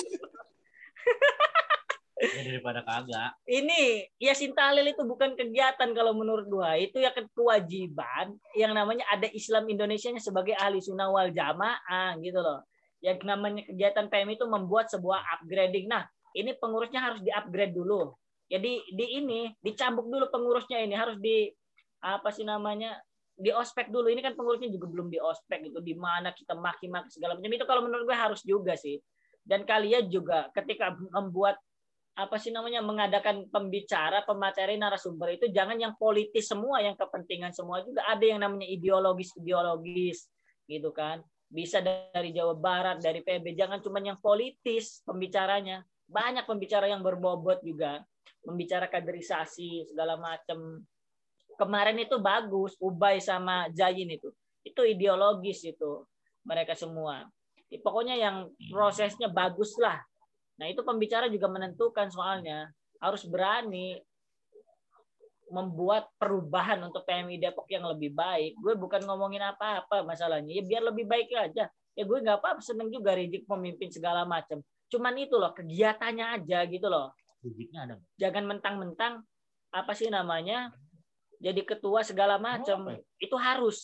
Ya daripada kagak. Ini Yasin Tahlil itu bukan kegiatan kalau menurut gua, itu ya kewajiban yang namanya ada Islam Indonesianya sebagai ahli sunnah wal jamaah gitu loh. Yang namanya kegiatan P M I itu membuat sebuah upgrading. Nah, ini pengurusnya harus di-upgrade dulu. Jadi di ini dicambuk dulu pengurusnya, ini harus di apa sih namanya? Di ospek dulu. Ini kan pengurusnya juga belum di ospek gitu. Di mana kita maki-maki segala macam itu kalau menurut gue harus juga sih. Dan kalian juga ketika membuat apa sih namanya mengadakan pembicara, pemateri, narasumber itu jangan yang politis semua, yang kepentingan semua juga, ada yang namanya ideologis-ideologis gitu kan. Bisa dari Jawa Barat, dari P B, jangan cuma yang politis pembicaranya. Banyak pembicara yang berbobot juga, membicara kaderisasi segala macam. Kemarin itu bagus, Ubay sama Jayin itu. Itu ideologis itu mereka semua. Pokoknya yang prosesnya bagus lah. Nah itu pembicara juga menentukan, soalnya harus berani membuat perubahan untuk P M I Depok yang lebih baik. Gue bukan ngomongin apa-apa masalahnya, ya biar lebih baik aja. Ya gue nggak apa-apa, seneng juga Rizik memimpin segala macam. Cuman itu loh kegiatannya aja gitu loh. Riziknya ada. Jangan mentang-mentang apa sih namanya jadi ketua segala macam. Itu harus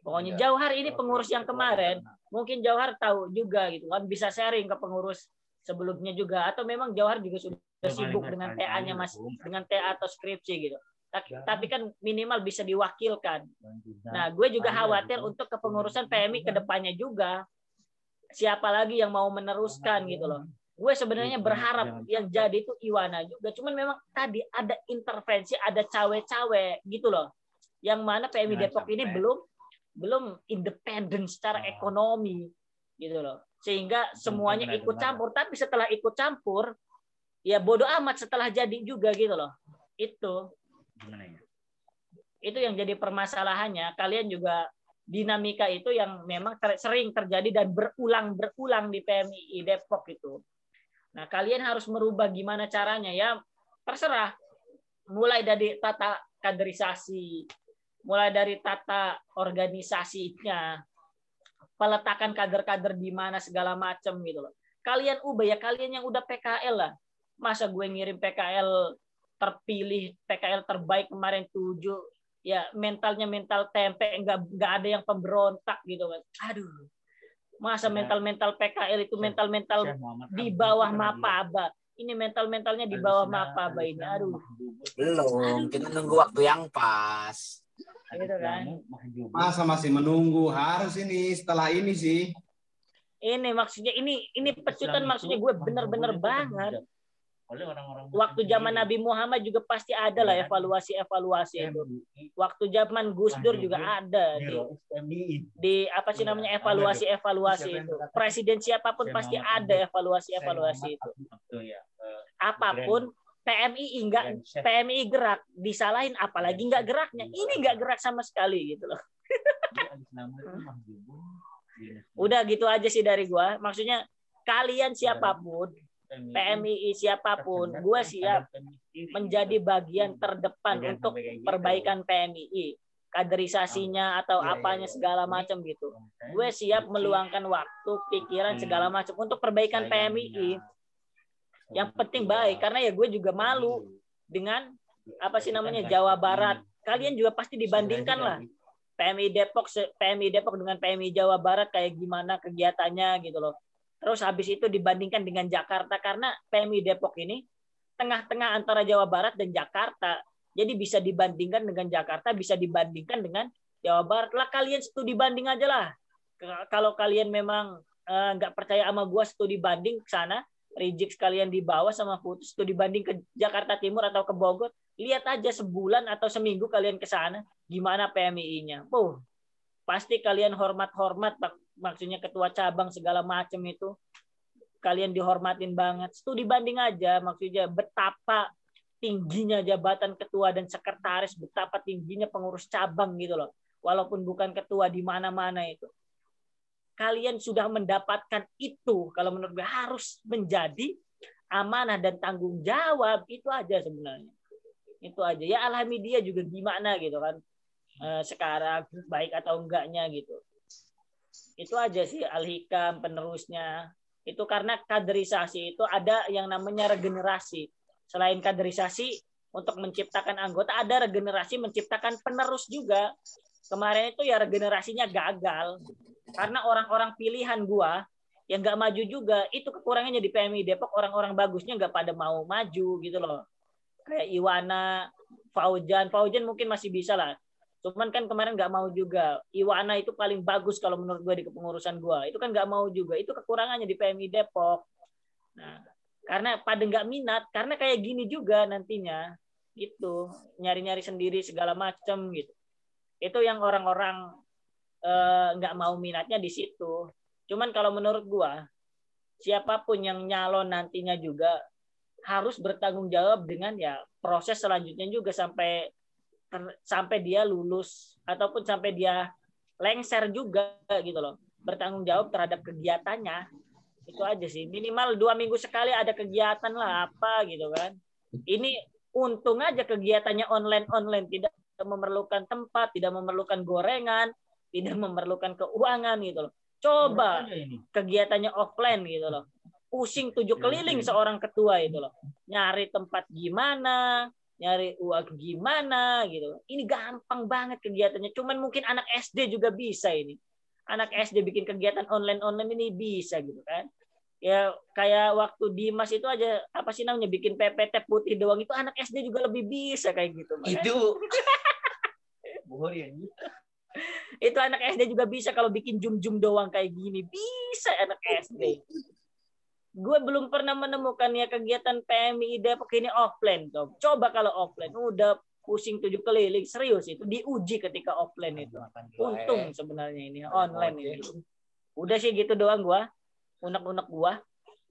Pokoknya Jauhar ini pengurus yang kemarin, mungkin Jauhar tahu juga gitu kan, bisa sharing ke pengurus sebelumnya juga, atau memang Jauhar juga sudah sibuk dengan T A-nya Mas, dengan T A atau skripsi gitu. Tapi kan minimal bisa diwakilkan. Nah, gue juga khawatir untuk kepengurusan P M I ke depannya juga. Siapa lagi yang mau meneruskan gitu loh. Gue sebenarnya berharap yang jadi itu Iwana juga. Cuman memang tadi ada intervensi, ada cawe-cawe gitu loh. Yang mana P M I Depok ini belum belum independen secara ekonomi gitu loh. Sehingga semuanya ikut campur. Tapi setelah ikut campur, ya bodoh amat setelah jadi juga gitu loh. Itu. Itu yang jadi permasalahannya. Kalian juga dinamika itu yang memang ter sering terjadi dan berulang-berulang di P M I Depok itu. Nah, kalian harus merubah gimana caranya ya. Terserah. Mulai dari tata kaderisasi, mulai dari tata organisasinya, peletakan kader-kader di mana segala macam gitu loh. Kalian ubah ya, kalian yang udah P K L lah. Masa gue ngirim P K L terpilih, P K L terbaik kemarin tujuh, ya mentalnya mental tempe, enggak enggak ada yang pemberontak gitu kan. Aduh. Masa mental-mental P K L itu mental-mental di bawah Mapaba. Ini mental-mentalnya di bawah Mapaba ini. Aduh. Belum, kita nunggu waktu yang pas. Gitu kan. Masa masih menunggu? Harus ini setelah ini sih. Ini maksudnya ini ini pecutan maksudnya gue bener-bener banget. Waktu zaman Nabi Muhammad juga pasti ada lah evaluasi-evaluasi itu. Waktu zaman Gus Dur juga ada di, di apa sih namanya evaluasi-evaluasi itu. Presiden siapapun pasti ada evaluasi-evaluasi itu. Apapun P M I enggak P M I gerak disalahin, apalagi enggak geraknya. Ini enggak gerak sama sekali gitu loh. Udah gitu aja sih dari gua. Maksudnya kalian siapapun, P M I siapapun, gua siap menjadi bagian terdepan untuk perbaikan P M I. Kaderisasinya atau apanya segala macam gitu. Gue siap meluangkan waktu, pikiran segala macam untuk perbaikan P M I. Yang penting baik, karena ya gue juga malu dengan apa sih namanya Jawa Barat. Kalian juga pasti dibandingkan lah P M I Depok P M I Depok dengan P M I Jawa Barat kayak gimana kegiatannya gitu loh. Terus habis itu dibandingkan dengan Jakarta, karena P M I Depok ini tengah-tengah antara Jawa Barat dan Jakarta. Jadi bisa dibandingkan dengan Jakarta, bisa dibandingkan dengan Jawa Barat. Lah kalian studi banding aja lah. Kalau kalian memang nggak uh, percaya sama gua, studi banding ke sana. Reject sekalian di bawah sama putus studi banding ke Jakarta Timur atau ke Bogor, lihat aja sebulan atau seminggu kalian ke sana gimana P M I-nya. Oh, pasti kalian hormat-hormat, maksudnya ketua cabang segala macam itu kalian dihormatin banget. Studi banding aja, maksudnya betapa tingginya jabatan ketua dan sekretaris, betapa tingginya pengurus cabang gitu loh. Walaupun bukan ketua di mana-mana itu. Kalian sudah mendapatkan itu, kalau menurut gue harus menjadi amanah dan tanggung jawab. Itu aja sebenarnya. Itu aja. Ya alhamdulillah juga gimana gitu kan. E, sekarang baik atau enggaknya gitu. Itu aja sih Al-Hikam penerusnya. Itu karena kaderisasi itu ada yang namanya regenerasi. Selain kaderisasi untuk menciptakan anggota, ada regenerasi menciptakan penerus juga. Kemarin itu ya regenerasinya gagal. Karena orang-orang pilihan gua yang nggak maju juga, itu kekurangannya di P M I Depok, orang-orang bagusnya nggak pada mau maju gitu loh. Kayak Iwana, Faujan, Faujan mungkin masih bisa lah. Cuman kan kemarin nggak mau juga. Iwana itu paling bagus kalau menurut gua di kepengurusan gua. Itu kan nggak mau juga. Itu kekurangannya di P M I Depok. Nah, karena pada nggak minat, karena kayak gini juga nantinya, gitu, nyari-nyari sendiri segala macam gitu. Itu yang orang-orang nggak uh, mau minatnya di situ. Cuman kalau menurut gua, siapapun yang nyalon nantinya juga harus bertanggung jawab dengan ya proses selanjutnya juga sampai ter, sampai dia lulus ataupun sampai dia lengser juga gitu loh. Bertanggung jawab terhadap kegiatannya. Itu aja sih. Minimal dua minggu sekali ada kegiatan lah apa gitu kan. Ini untung aja kegiatannya online-online, tidak memerlukan tempat, tidak memerlukan gorengan, tidak memerlukan keuangan gitu loh. Coba kegiatannya offline gitu loh. Pusing tujuh keliling seorang ketua itu loh. Nyari tempat gimana, nyari uang gimana gitu. Ini gampang banget kegiatannya. Cuman mungkin anak S D juga bisa ini. Anak S D bikin kegiatan online-online ini bisa gitu kan. Ya kayak waktu Dimas itu aja apa sih namanya bikin P P T putih doang itu anak S D juga lebih bisa kayak gitu. Makanya. Itu itu anak S D juga bisa kalau bikin jum-jum doang kayak gini. Bisa anak S D. Gue belum pernah menemukan ya kegiatan P M I Depok ini offline. Tuh. Coba kalau offline udah pusing tujuh keliling. Serius itu diuji ketika offline itu. Untung sebenarnya ini online ini. Udah sih gitu doang gue. Unek-unek gua.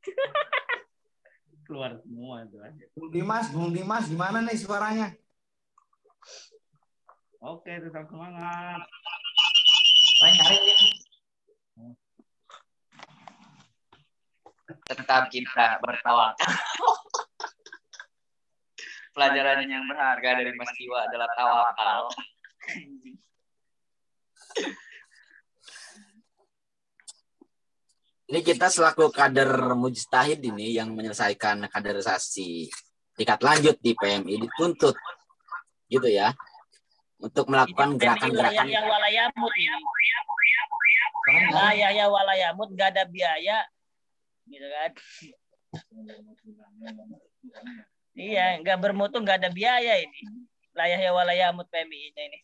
Keluar semua itu aja. Bung Dimas, Bung Dimas gimana nih suaranya? Oke, tetap semangat. Tetap kita bertawakal. Pelajaran yang berharga dari Mas Kiwa adalah tawakal. Ini kita selaku kader mujtahid ini yang menyelesaikan kaderisasi tingkat lanjut di P M I dituntut gitu ya untuk melakukan gerakan-gerakan yang walayamut ini. Nah, ya ya walayamut nggak ada biaya gitu kan. Iya, nggak bermutu nggak ada biaya ini. Layah ya walayamut P M I-nya ini.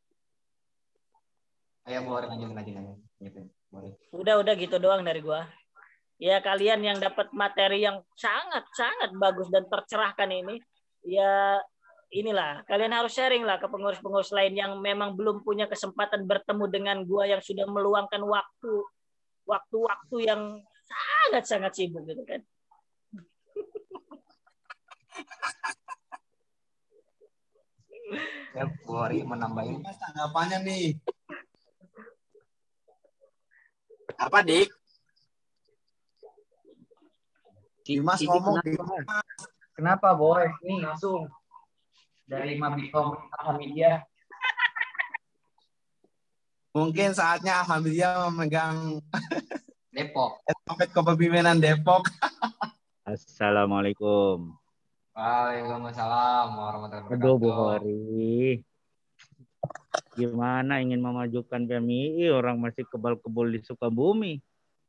Ayo boleh lanjut lanjut lanjut. Udah udah gitu doang dari gua. Ya kalian yang dapat materi yang sangat sangat bagus dan tercerahkan ini, ya inilah kalian harus sharing lah ke pengurus-pengurus lain yang memang belum punya kesempatan bertemu dengan gua yang sudah meluangkan waktu waktu-waktu yang sangat sangat sibuk gitu kan. Ya, Bu Ari menambahin. Mas tanggapannya nih. apa dik? Dimas ngomong Dimas. Kenapa boy? Nih langsung dari Mabikom Alhamdulillah. Mungkin saatnya Alhamdulillah memegang Depok. estafet kepemimpinan Depok. Assalamualaikum. Waalaikumsalam warahmatullahi wabarakatuh. Aduh Bu Hori. Gimana ingin memajukan P M I I orang masih kebal-kebul di Sukabumi?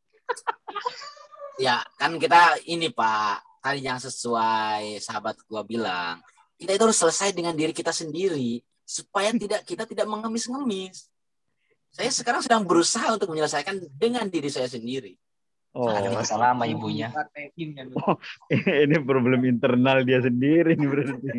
Ya kan kita ini Pak tadi yang sesuai sahabat gua bilang kita itu harus selesai dengan diri kita sendiri supaya tidak kita tidak mengemis-ngemis. Saya sekarang sedang berusaha untuk menyelesaikan dengan diri saya sendiri. Oh, ada masalah sama ibunya. Oh, ini problem internal dia sendiri nih berarti.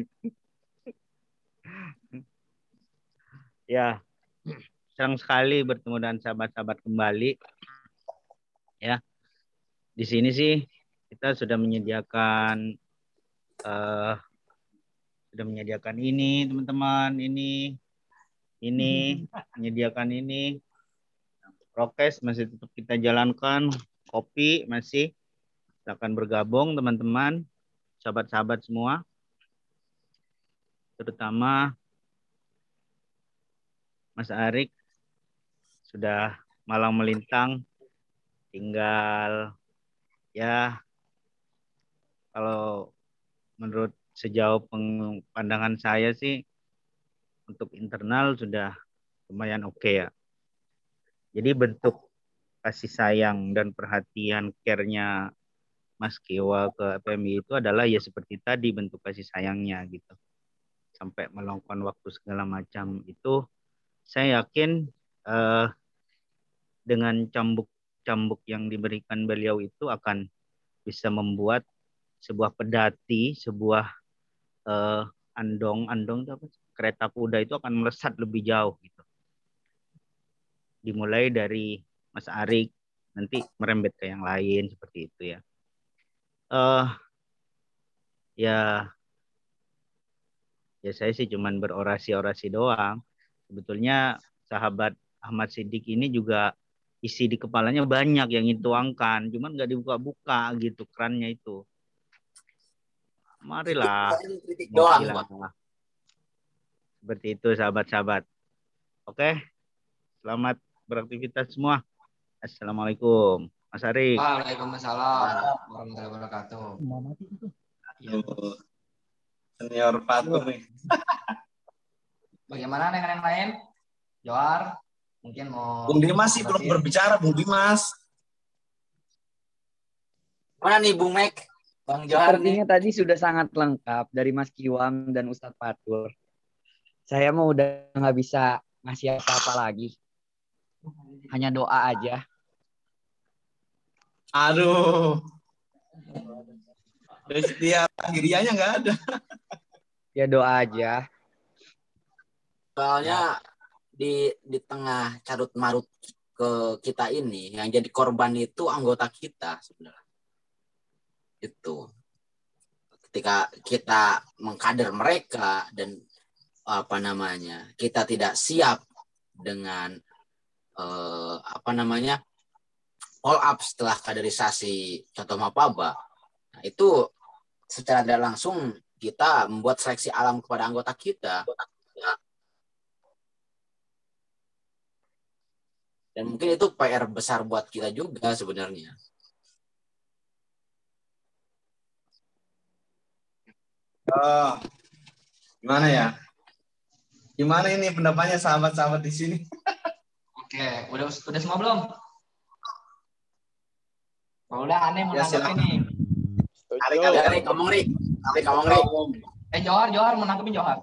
Ya, senang sekali bertemu dengan sahabat-sahabat kembali. Ya, di sini sih kita sudah menyediakan, uh, sudah menyediakan ini teman-teman, ini, ini, menyediakan ini. Prokes masih tetap kita jalankan, kopi masih, silakan bergabung teman-teman, sahabat-sahabat semua, terutama Mas Arik sudah malang melintang, tinggal ya kalau menurut sejauh pandangan saya sih untuk internal sudah lumayan oke okay ya. Jadi bentuk kasih sayang dan perhatian care-nya Mas Kiwa ke P M I itu adalah ya seperti tadi bentuk kasih sayangnya gitu. Sampai meluangkan waktu segala macam itu. Saya yakin eh, dengan cambuk-cambuk yang diberikan beliau itu akan bisa membuat sebuah pedati, sebuah eh, andong-andong itu apa? Kereta kuda itu akan melesat lebih jauh gitu. Dimulai dari Mas Arik, nanti merembet ke yang lain seperti itu ya. Eh ya, ya saya sih cuman berorasi-orasi doang. Sebetulnya sahabat Ahmad Siddiq ini juga isi di kepalanya banyak yang dituangkan, cuman nggak dibuka-buka gitu kerannya itu. Marilah, doang. Seperti itu sahabat-sahabat. Oke, selamat beraktivitas semua. Assalamualaikum, Mas Arik. Waalaikumsalam warahmatullahi wabarakatuh. Yo. Senior Fatur nih. Bagaimana dengan yang lain? Johar, mungkin mau... Bung Dimas sih belum berbicara, Bung Dimas. Mana nih Bung Mek? Bang Johar nih. Sepertinya tadi sudah sangat lengkap dari Mas Kiwam dan Ustadz Fatur. Saya mau udah nggak bisa ngasih apa-apa lagi. Hanya doa aja. Aduh. Dia akhirnya nggak ada. Ya doa aja. Soalnya di di tengah carut marut ke kita ini yang jadi korban itu anggota kita sebenarnya. Itu ketika kita mengkader mereka dan apa namanya kita tidak siap dengan eh, apa namanya all up setelah kaderisasi contoh Mapaba, nah, itu secara tidak langsung kita membuat seleksi alam kepada anggota kita dan mungkin itu P R besar buat kita juga sebenarnya. Oh, gimana ya? Gimana ini pendapatnya sahabat-sahabat di sini? Oke, udah udah semua belum? Kalau udah aneh mau Ya, nanggepin silakan. nih. Arik, Arik, Arik, Arik, ngomong Rik. Arik, ngomong Rik. Eh Johar, Johar mau nanggepin Johar.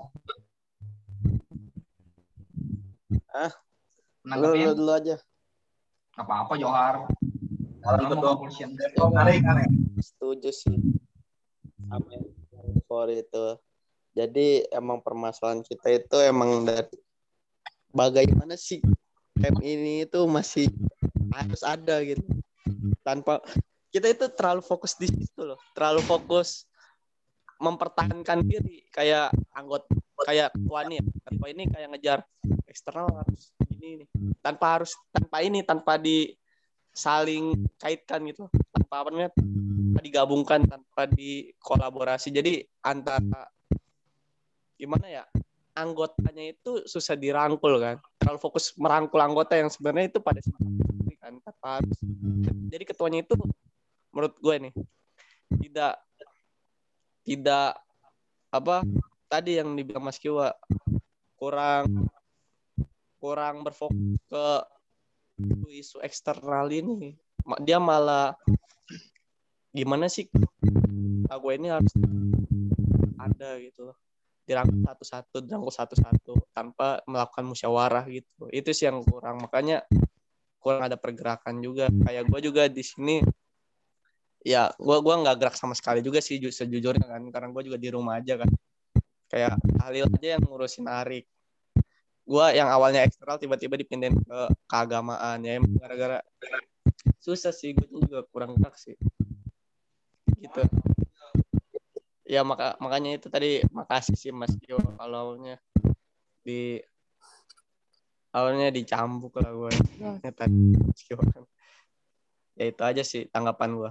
Ah, lu, Nanggepin. lu dulu aja. Gak apa-apa Johar. Kalau Kalau ketua mau conclusion. Depok, Arik, Arik. Setuju sih. Amin. For itu. Jadi emang permasalahan kita itu emang dari bagaimana sih camp ini itu masih harus ada gitu. Tanpa kita itu terlalu fokus di situ loh. Terlalu fokus mempertahankan diri kayak anggota kayak ketua nih, ketua ini kayak ngejar eksternal harus ini nih. Tanpa harus tanpa ini tanpa di saling kaitkan gitu. Tanpa apa namanya? Tanpa digabungkan, tanpa dikolaborasi. Jadi antara gimana ya, anggotanya itu susah dirangkul kan, terlalu fokus merangkul anggota yang sebenarnya itu pada sendiri kan, tanpa harus. Jadi ketuanya itu menurut gue nih tidak tidak apa tadi yang dibilang Mas Kiwa, kurang kurang berfokus ke isu eksternal ini. Dia malah gimana sih, gue ini harus ada gitu loh, dirangkul satu-satu, dirangkul satu-satu tanpa melakukan musyawarah gitu. Itu sih yang kurang, makanya kurang ada pergerakan juga. Kayak gue juga di sini, ya gue gua nggak gerak sama sekali juga sih sejujurnya kan, karena gue juga di rumah aja kan. Kayak Halil aja yang ngurusin Arik. Gue yang awalnya eksternal tiba-tiba dipindahin ke keagamaan ya, gara-gara susah sih, gue juga kurang gerak sih. Gitu. Ya maka makanya itu tadi makasih sih Mas Kio, awalnya di awalnya dicambuk lah gue. Awalnya tadi Mas Kio. Ya itu aja sih tanggapan gue.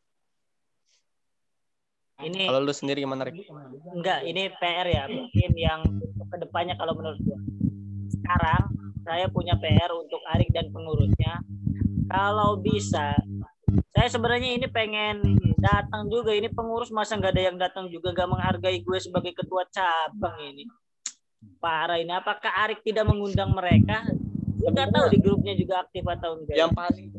Ini Kalau lu sendiri gimana, Rik? enggak, ini P R ya, mungkin yang kedepannya kalau menurut gue. Sekarang saya punya P R untuk Arik dan pengurusnya. Kalau bisa, saya sebenarnya ini pengen datang juga. Ini pengurus masa nggak ada yang datang juga, nggak menghargai gue sebagai ketua cabang ini. Parah ini. Apakah Arik tidak mengundang mereka? Gue nggak tahu di grupnya juga aktif atau enggak. Yang paling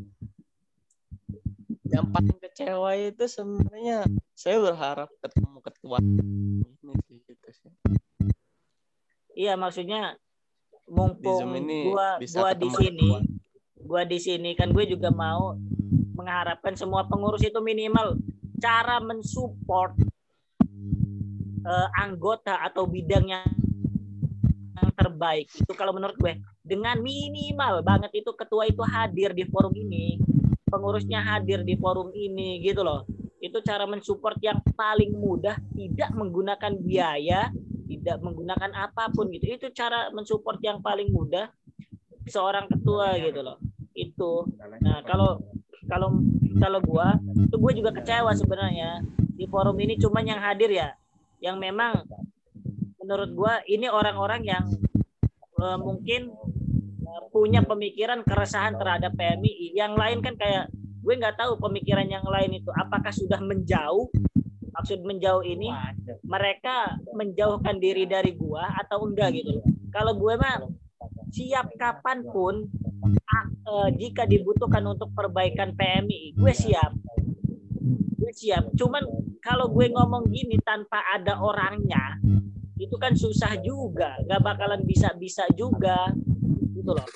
yang paling kecewa itu sebenarnya saya berharap ketemu ketua ini sih, gitu sih. Iya, maksudnya mumpung ini gua bisa gua di ketemu sini, ketua. gua di sini kan gue juga mau mengharapkan semua pengurus itu minimal cara mensupport uh, anggota atau bidangnya yang terbaik itu, kalau menurut gue dengan minimal banget itu ketua itu hadir di forum ini, pengurusnya hadir di forum ini gitu loh. Itu cara mensupport yang paling mudah, tidak menggunakan biaya, tidak menggunakan apapun gitu. Itu cara mensupport yang paling mudah seorang ketua gitu loh. Itu. Nah, kalau kalau kalau gua, itu gua juga kecewa sebenarnya di forum ini, cuman yang hadir ya yang memang menurut gua ini orang-orang yang uh, mungkin uh, punya pemikiran keresahan terhadap P M I. Yang lain kan kayak gue nggak tahu pemikiran yang lain itu apakah sudah menjauh Maksud menjauh ini mereka menjauhkan diri dari gua atau enggak gitu. Kalau gue mah siap kapanpun uh, jika dibutuhkan untuk perbaikan P M I I, gue siap. Gue siap. Cuman kalau gue ngomong gini tanpa ada orangnya, itu kan susah juga. Gak bakalan bisa-bisa juga. Gitu loh.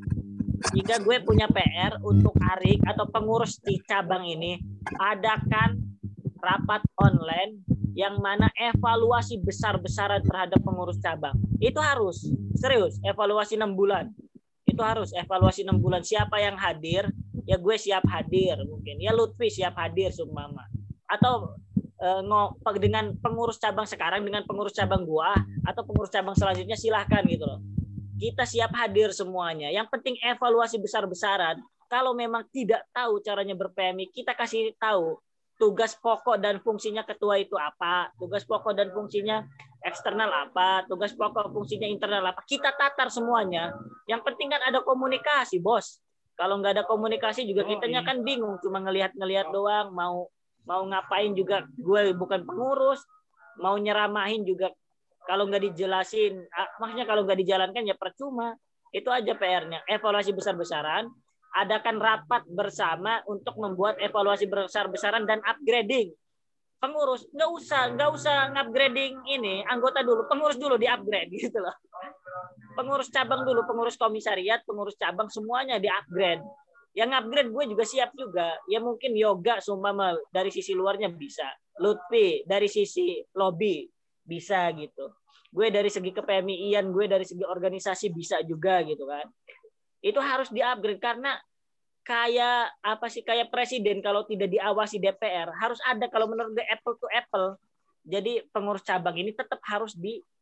Jika gue punya P R untuk Arik atau pengurus di cabang ini, adakan rapat online yang mana evaluasi besar-besaran terhadap pengurus cabang. Itu harus, serius, evaluasi enam bulan. Itu harus, evaluasi enam bulan. Siapa yang hadir, ya gue siap hadir mungkin. Ya Lutfi siap hadir, Sumama. Atau eh, dengan pengurus cabang sekarang, dengan pengurus cabang gua, atau pengurus cabang selanjutnya, silahkan gitu loh. Kita siap hadir semuanya. Yang penting evaluasi besar-besaran. Kalau memang tidak tahu caranya ber-P M I, kita kasih tahu. Tugas pokok dan fungsinya ketua itu apa, tugas pokok dan fungsinya eksternal apa, tugas pokok fungsinya internal apa, kita tatar semuanya. Yang penting kan ada komunikasi, bos. Kalau nggak ada komunikasi juga kitanya kan bingung, cuma ngelihat-ngelihat doang, mau mau ngapain juga gue bukan pengurus, mau nyeramahin juga kalau nggak dijelasin, maksudnya kalau nggak dijalankan ya percuma. Itu aja P R-nya, evaluasi besar-besaran. Adakan rapat bersama untuk membuat evaluasi besar-besaran dan upgrading. Pengurus nggak usah nggak usah upgrading ini anggota dulu, pengurus dulu di upgrade gitu loh. Pengurus cabang dulu, pengurus komisariat, pengurus cabang semuanya di upgrade. Yang upgrade gue juga siap juga. Ya mungkin yoga sumpah dari sisi luarnya bisa. Lutfi dari sisi lobby bisa gitu. Gue dari segi ke P M I I-an, gue dari segi organisasi bisa juga gitu kan. Itu harus di-upgrade karena kayak apa sih kayak presiden kalau tidak diawasi D P R harus ada, kalau menurut gue apple to apple. Jadi pengurus cabang ini tetap harus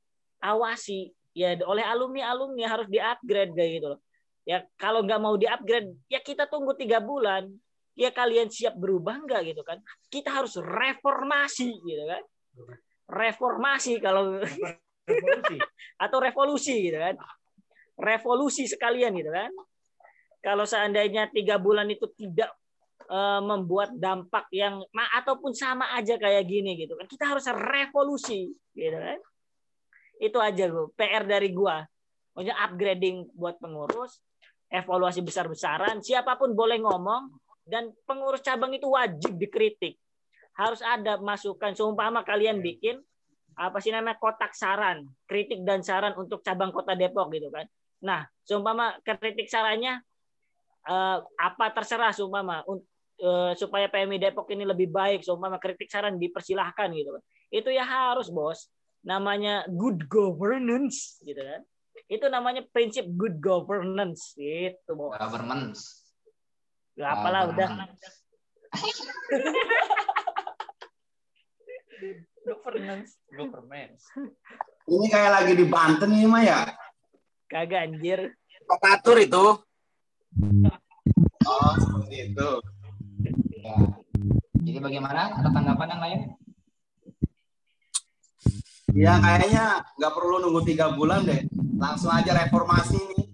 diawasi ya oleh alumni-alumni, harus di-upgrade kayak gitu loh. Ya kalau nggak mau di-upgrade ya kita tunggu tiga bulan. Ya kalian siap berubah nggak gitu kan? Kita harus reformasi gitu kan? Reformasi kalau revolusi atau revolusi gitu kan? Revolusi sekalian gitu kan. Kalau seandainya tiga bulan itu tidak e, membuat dampak yang ataupun sama aja kayak gini gitu kan, kita harus revolusi gitu kan. Itu aja gue P R dari gua. Maksudnya upgrading buat pengurus, evaluasi besar-besaran, siapapun boleh ngomong, dan pengurus cabang itu wajib dikritik. Harus ada masukan. Seumpama kalian bikin apa sih namanya kotak saran, kritik dan saran untuk cabang Kota Depok gitu kan. Nah, seumpama kritik sarannya eh, apa terserah seumpama uh, supaya P M I Depok ini lebih baik, seumpama kritik saran dipersilahkan gitu kan. Itu ya harus, bos. Namanya good governance gitu kan. Itu namanya prinsip good governance gitu, bos. Governance. Gak apalah udah. Governance, governance. Ini kayak lagi di Banten nih, Mah ya? Kagak anjir. Nomenklatur itu. Oh, seperti itu. Ya. Jadi bagaimana? Ada tanggapan yang lain? Ya kayaknya nggak perlu nunggu tiga bulan deh. Langsung aja reformasi nih.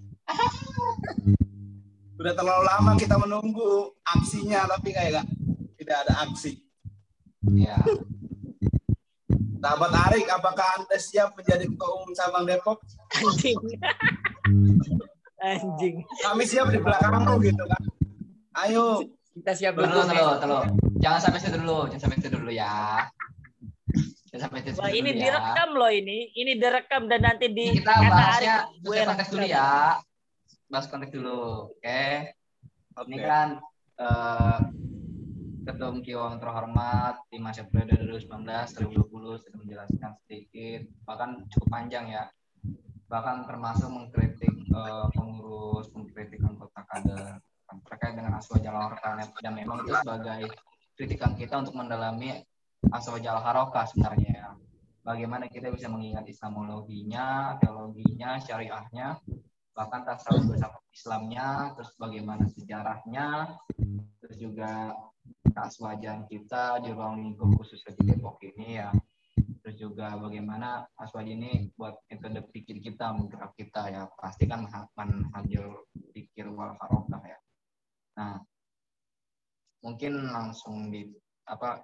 Sudah terlalu lama kita menunggu aksinya, tapi kayak gak, tidak ada aksi. Ya. Sahabat Arik, apakah Anda siap menjadi ketua umum cabang Depok? Anjing. Anjing. Kami siap di belakangmu gitu kan. Ayo. Kita siap dulu. Dulu, dulu. Jangan sampai situ dulu. Jangan sampai situ dulu ya. Jangan sampai situ dulu. Wah, ini ya. direkam loh ini. Ini direkam dan nanti di kita bahasnya sesuai konteks dulu ya. Bahas konteks dulu. Oke. Okay. Okay. Ini kan uh, Ketum Kiwang terhormat di masa periode dua ribu sembilan belas sampai dua ribu dua puluh sudah menjelaskan sedikit, bahkan cukup panjang ya, bahkan termasuk mengkritik uh, pengurus, mengkritik anggota kader terkait dengan Aswaja Al-Harokah, dan memang itu sebagai kritikan kita untuk mendalami Aswaja Al-Harokah sebenarnya ya. Bagaimana kita bisa mengingat Islamologinya, teologinya, syariahnya, bahkan tasawuf bersama Islamnya, terus bagaimana sejarahnya, terus juga keaswajan kita di ruang lingkup khusus di Depok ini ya, terus juga bagaimana aswaj ini buat metode pikir kita, menggerak kita ya, pasti kan manhajul pikir wal harokah ya. Nah, mungkin langsung di apa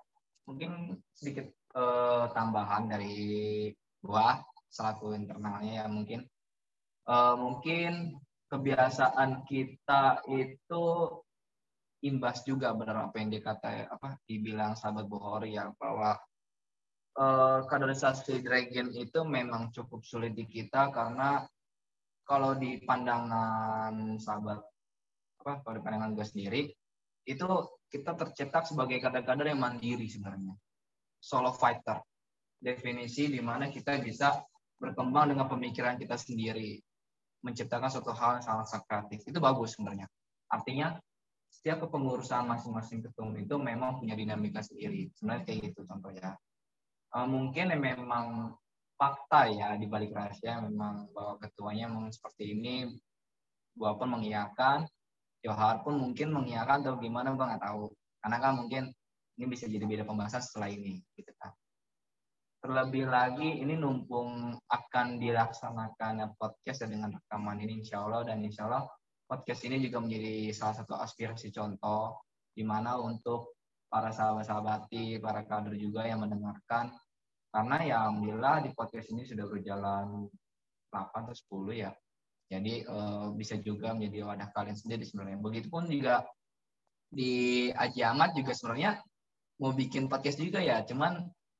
mungkin sedikit eh, tambahan dari gua selaku internalnya ya mungkin eh, mungkin kebiasaan kita itu imbas juga benar apa yang dikata apa dibilang sahabat Bukhari ya bahwa eh, kaderisasi dragon itu memang cukup sulit di kita karena kalau di pandangan sahabat apa kalau di pandangan gue sendiri itu kita tercetak sebagai kader-kader yang mandiri sebenarnya solo fighter definisi di mana kita bisa berkembang dengan pemikiran kita sendiri menciptakan suatu hal yang sangat kreatif itu bagus sebenarnya artinya setiap kepengurusan masing-masing ketum itu memang punya dinamika sendiri sebenarnya kayak gitu contohnya uh, mungkin memang fakta ya di balik rahasia memang bahwa ketuanya memang seperti ini gua pun mengiyakan Johar pun mungkin mengiyakan atau gimana gua nggak tahu karena kan mungkin ini bisa jadi beda pembahasan setelah ini gitu kan terlebih lagi ini numpung akan dilaksanakan podcast dengan rekaman ini insya Allah dan insya Allah podcast ini juga menjadi salah satu aspirasi contoh di mana untuk para sahabat-sahabati para kader juga yang mendengarkan karena ya alhamdulillah di podcast ini sudah berjalan delapan atau sepuluh ya. Jadi eh, bisa juga menjadi wadah kalian sendiri sebenarnya. Begitupun juga di Aji Ahmad juga sebenarnya mau bikin podcast juga ya. Cuman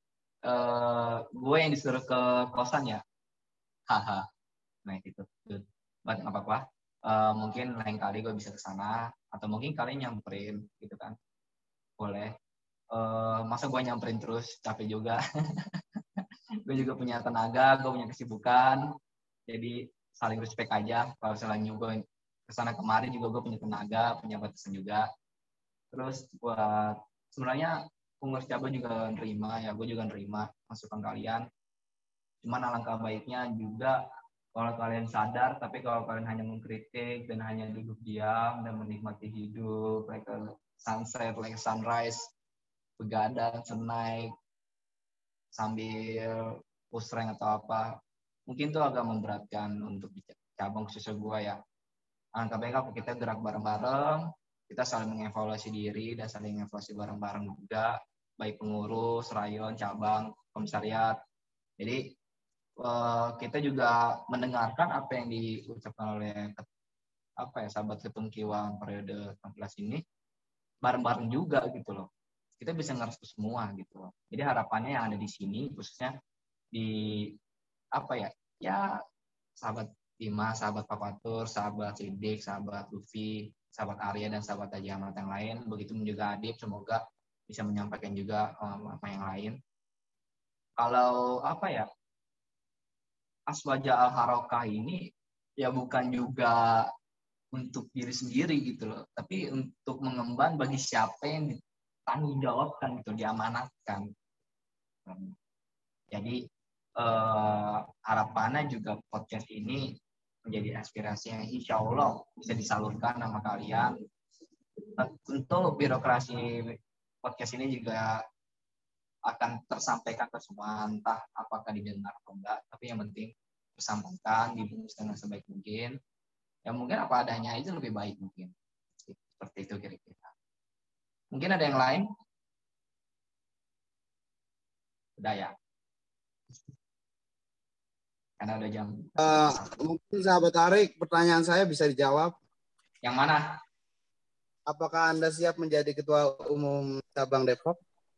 eh, gue yang disuruh ke kosan ya. Haha. Nah gitu. But nggak apa-apa. Eh, mungkin lain kali gue bisa ke sana. Atau mungkin kalian nyamperin gitu kan. Boleh. Eh, masa gue nyamperin terus capek juga. Gue juga punya tenaga, gue punya kesibukan, jadi saling respect aja. Kalau misalnya gue kesana kemari juga gue punya tenaga, punya batasan juga. Terus buat sebenarnya pengurus cabang juga nerima ya, gue juga nerima masukan kalian. Cuman alangkah baiknya juga kalau kalian sadar, tapi kalau kalian hanya mengkritik dan hanya duduk diam dan menikmati hidup, like a sunset, like a sunrise, begadang, senaik, sambil push rank atau apa, mungkin itu agak memberatkan untuk cabang khususnya gue ya. Alangkah baik kalau kita gerak bareng-bareng, kita saling mengevaluasi diri dan saling mengevaluasi bareng-bareng juga, baik pengurus, rayon, cabang, komisariat. Jadi kita juga mendengarkan apa yang diucapkan oleh apa ya sahabat ketum Kiwang periode enam belas ini bareng-bareng juga gitu loh. Kita bisa ngerespon semua gitu loh. Jadi harapannya yang ada di sini khususnya di apa ya ya sahabat Dimas, sahabat Papatur, sahabat Sidik, sahabat Luffy, sahabat Arya dan sahabat Aji Ahmad yang lain, begitu juga Adib, semoga bisa menyampaikan juga um, apa yang lain. Kalau apa ya Aswaja Al-Harokah ini ya bukan juga untuk diri sendiri gitu loh, tapi untuk mengemban bagi siapa yang tanggung jawabkan gitu, diamanatkan. Jadi eh, harapannya juga podcast ini menjadi aspirasi yang insya Allah bisa disalurkan sama kalian. Tentu birokrasi podcast ini juga akan tersampaikan ke semua, entah apakah didengar atau enggak, tapi yang penting tersampaikan, dibungkus dengan sebaik mungkin. Ya mungkin apa adanya itu lebih baik mungkin. Seperti itu kira-kira. Mungkin ada yang lain? Udah ya? Karena udah jam. Uh, mungkin sahabat Tarik, pertanyaan saya bisa dijawab. Yang mana? Apakah Anda siap menjadi ketua umum cabang Depok?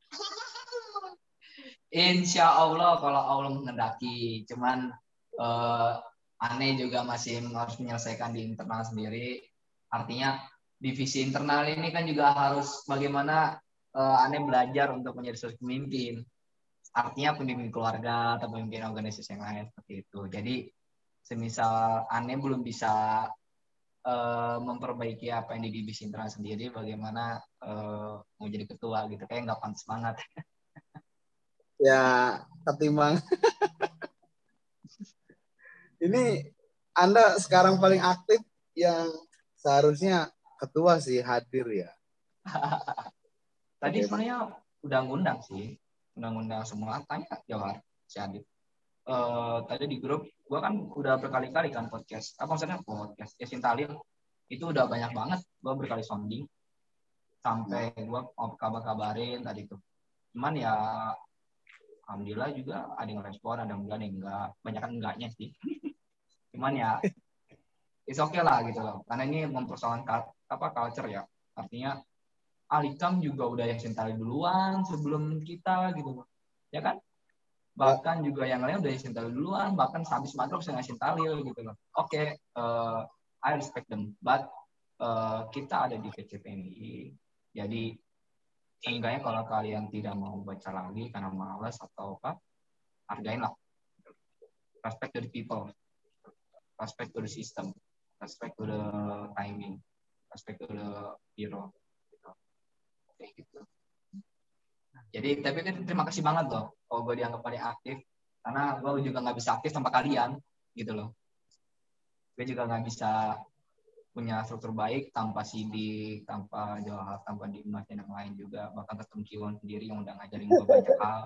Insya Allah kalau Allah menghendaki. Cuman uh, aneh juga masih harus menyelesaikan di internal sendiri. Artinya divisi internal ini kan juga harus bagaimana uh, aneh belajar untuk menjadi seorang pemimpin. Artinya pemimpin keluarga atau pemimpin organisasi yang lain seperti itu. Jadi semisal aneh belum bisa uh, memperbaiki apa yang di divisi internal sendiri, bagaimana uh, mau jadi ketua gitu. Kayak nggak pantas banget. Ya, ketimbang. Ini Anda sekarang paling aktif yang seharusnya ketua sih hadir ya. Tadi sebenarnya udah ngundang sih. Undang-undang semua, tanya Jawar, si Adit. Uh, tadi di grup, gue kan udah berkali-kali kan podcast. Apa maksudnya podcast? Yasin Talil, itu udah banyak banget. Gue berkali sounding. Sampai gue mau kabar-kabarin tadi tuh. Cuman ya alhamdulillah juga ada yang respon, ada yang enggak, ada yang enggak. Banyak kan enggaknya sih. Cuman ya it's okay lah gitu loh. Karena ini mempersoalkan apa culture ya. Artinya Alikam juga udah yang sintalil duluan sebelum kita gitu loh. Ya kan? Bahkan juga yang lain udah yang sintalil duluan, bahkan habis maghrib saya ngasih sintalil gitu loh. Oke, okay, uh, I respect them, but uh, kita ada di K C P M I. Jadi seenggaknya kalau kalian tidak mau baca lagi karena malas atau apa, hargain lah. Respect to the people, respect to the system, respect to the timing, respect to the hero. Gitu. Kayak gitu. Jadi tapi kan terima kasih banget loh kalau gue dianggap paling aktif, karena gue juga nggak bisa aktif tanpa kalian gitu loh. Gue juga nggak bisa punya struktur baik tanpa Sidik, tanpa Johar, tanpa Dimas dan yang lain juga, bahkan ketemu Kiwon sendiri yang udah ngajarin gue banyak hal.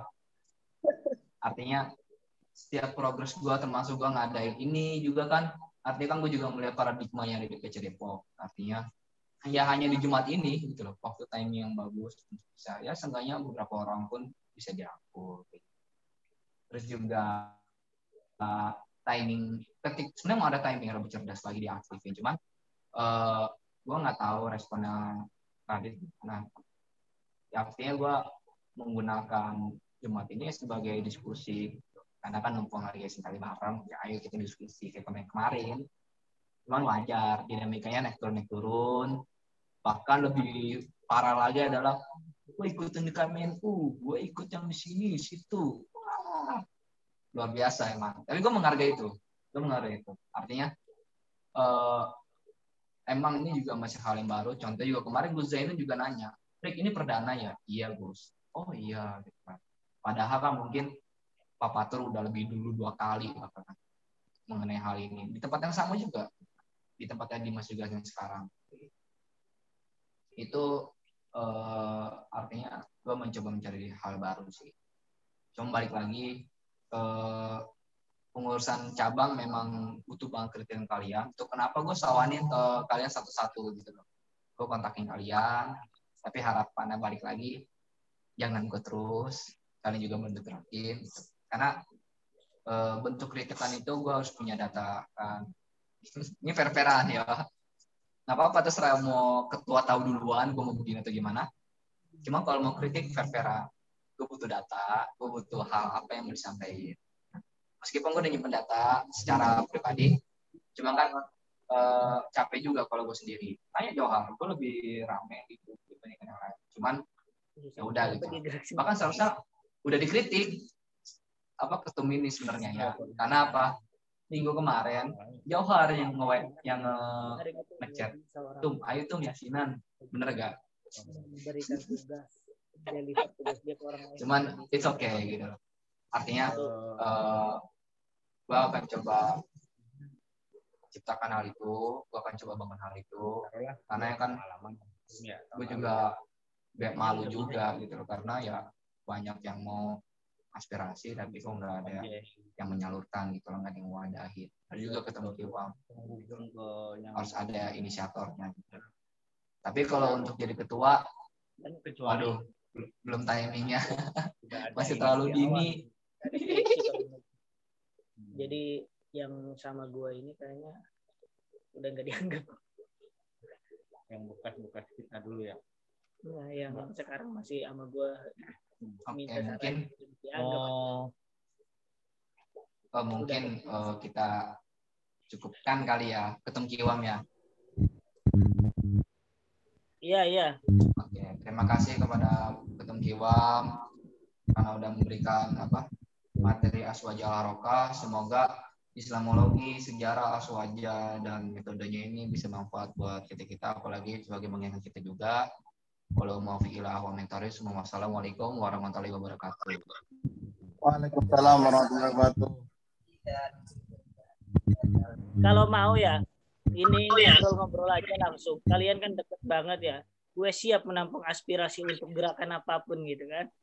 Artinya setiap progres gue, termasuk gue ngadain ini juga kan, artinya kan gue juga melihat paradigma yang ada di P C Depok. Artinya ya hanya di Jumat ini gitu loh, waktu timing yang bagus bisa ya seenggaknya beberapa orang pun bisa dirangkul. Terus juga uh, timing, ketik sebenarnya mau ada timing yang lebih cerdas lagi diaktifin, cuman Uh, gue nggak tahu responnya Radit. Nah, ya artinya gue menggunakan Jumat ini sebagai diskusi, karena kan mumpung lagi sekali bareng, ya ayo kita diskusi kayak kemarin kemarin. Cuman wajar, dinamikanya naik turun naik turun. Bahkan lebih parah lagi adalah gue ikutin di K M N U, gue ikut yang di sini, situ. Wah, luar biasa emang. Tapi gue menghargai itu, gue menghargai itu. Artinya uh, emang ini juga masih hal yang baru. Contoh juga kemarin Gus Zainun juga nanya, Rick ini perdana ya? Iya Gus. Oh iya. Padahal kan mungkin Pak Patur udah lebih dulu dua kali bahkan mengenai hal ini. Di tempat yang sama juga. Di tempatnya Dimas juga yang sekarang. Itu uh, artinya gue mencoba mencari hal baru sih. Cuma balik lagi ke uh, pengurusan cabang memang butuh banget kriteria kalian. Itu kenapa gue sawanin ke kalian satu-satu gitu loh. Gue kontakin kalian, tapi harapannya balik lagi, jangan gue terus, kalian juga bentuk terakhir. Gitu. Karena e, bentuk kritikan itu gue harus punya data kan. Ini fair-fairan ya. Nggak apa-apa terserah mau ketua tahu duluan, gue mau begini atau gimana. Cuma kalau mau kritik fair-fairan, gue butuh data, gue butuh hal apa yang mau disampaikan. Meskipun gue udah nyimpen data secara pribadi, cuma kan uh, capek juga kalau gue sendiri. Tanya Johar, gue lebih rame gitu dibandingkan yang lain. Cuman ya udah gitu. Bahkan seharusnya udah dikritik apa ketum ini sebenarnya ya. Karena apa? Minggu kemarin Johar yang nge yang ngechat, "Tum, ayo Tum yasinan." Bener gak? Memberikan tugas, deliver tugas dia ke orang lain. Cuman it's okay gitu. Artinya uh, gue akan coba ciptakan hal itu, gue akan coba bangun hal itu, karena ya kan gue juga gak malu juga gitu loh, karena ya banyak yang mau aspirasi tapi kok nggak ada yang menyalurkan gitu loh, nggak ada yang wadahin. Ada juga ketemu Kiwam, harus ada inisiatornya gitu. Tapi kalau untuk jadi ketua, waduh belum timingnya, masih terlalu dini. Jadi yang sama gue ini kayaknya udah nggak dianggap. Yang bekas-bekas kita dulu ya. Nah, yang nah. sekarang masih sama gue minta okay, mungkin dianggap. Oh, oh mungkin uh, kita cukupkan kali ya, ketemu Kiwam ya. Iya iya. Oke, okay, terima kasih kepada ketemu Kiwam karena udah memberikan apa materi Aswaja Al-Harokah. Semoga Islamologi, sejarah Aswaja dan metodenya ini bisa manfaat buat kita kita, apalagi sebagai mengingat kita juga. Kalau mau fiilah wa mentoris, wassalamualaikum warahmatullahi wabarakatuh. Waalaikumsalam warahmatullahi wabarakatuh. Kalau mau ya, ini ngobrol-ngobrol aja langsung. Kalian kan deket banget ya. Gue siap menampung aspirasi untuk gerakan apapun gitu kan.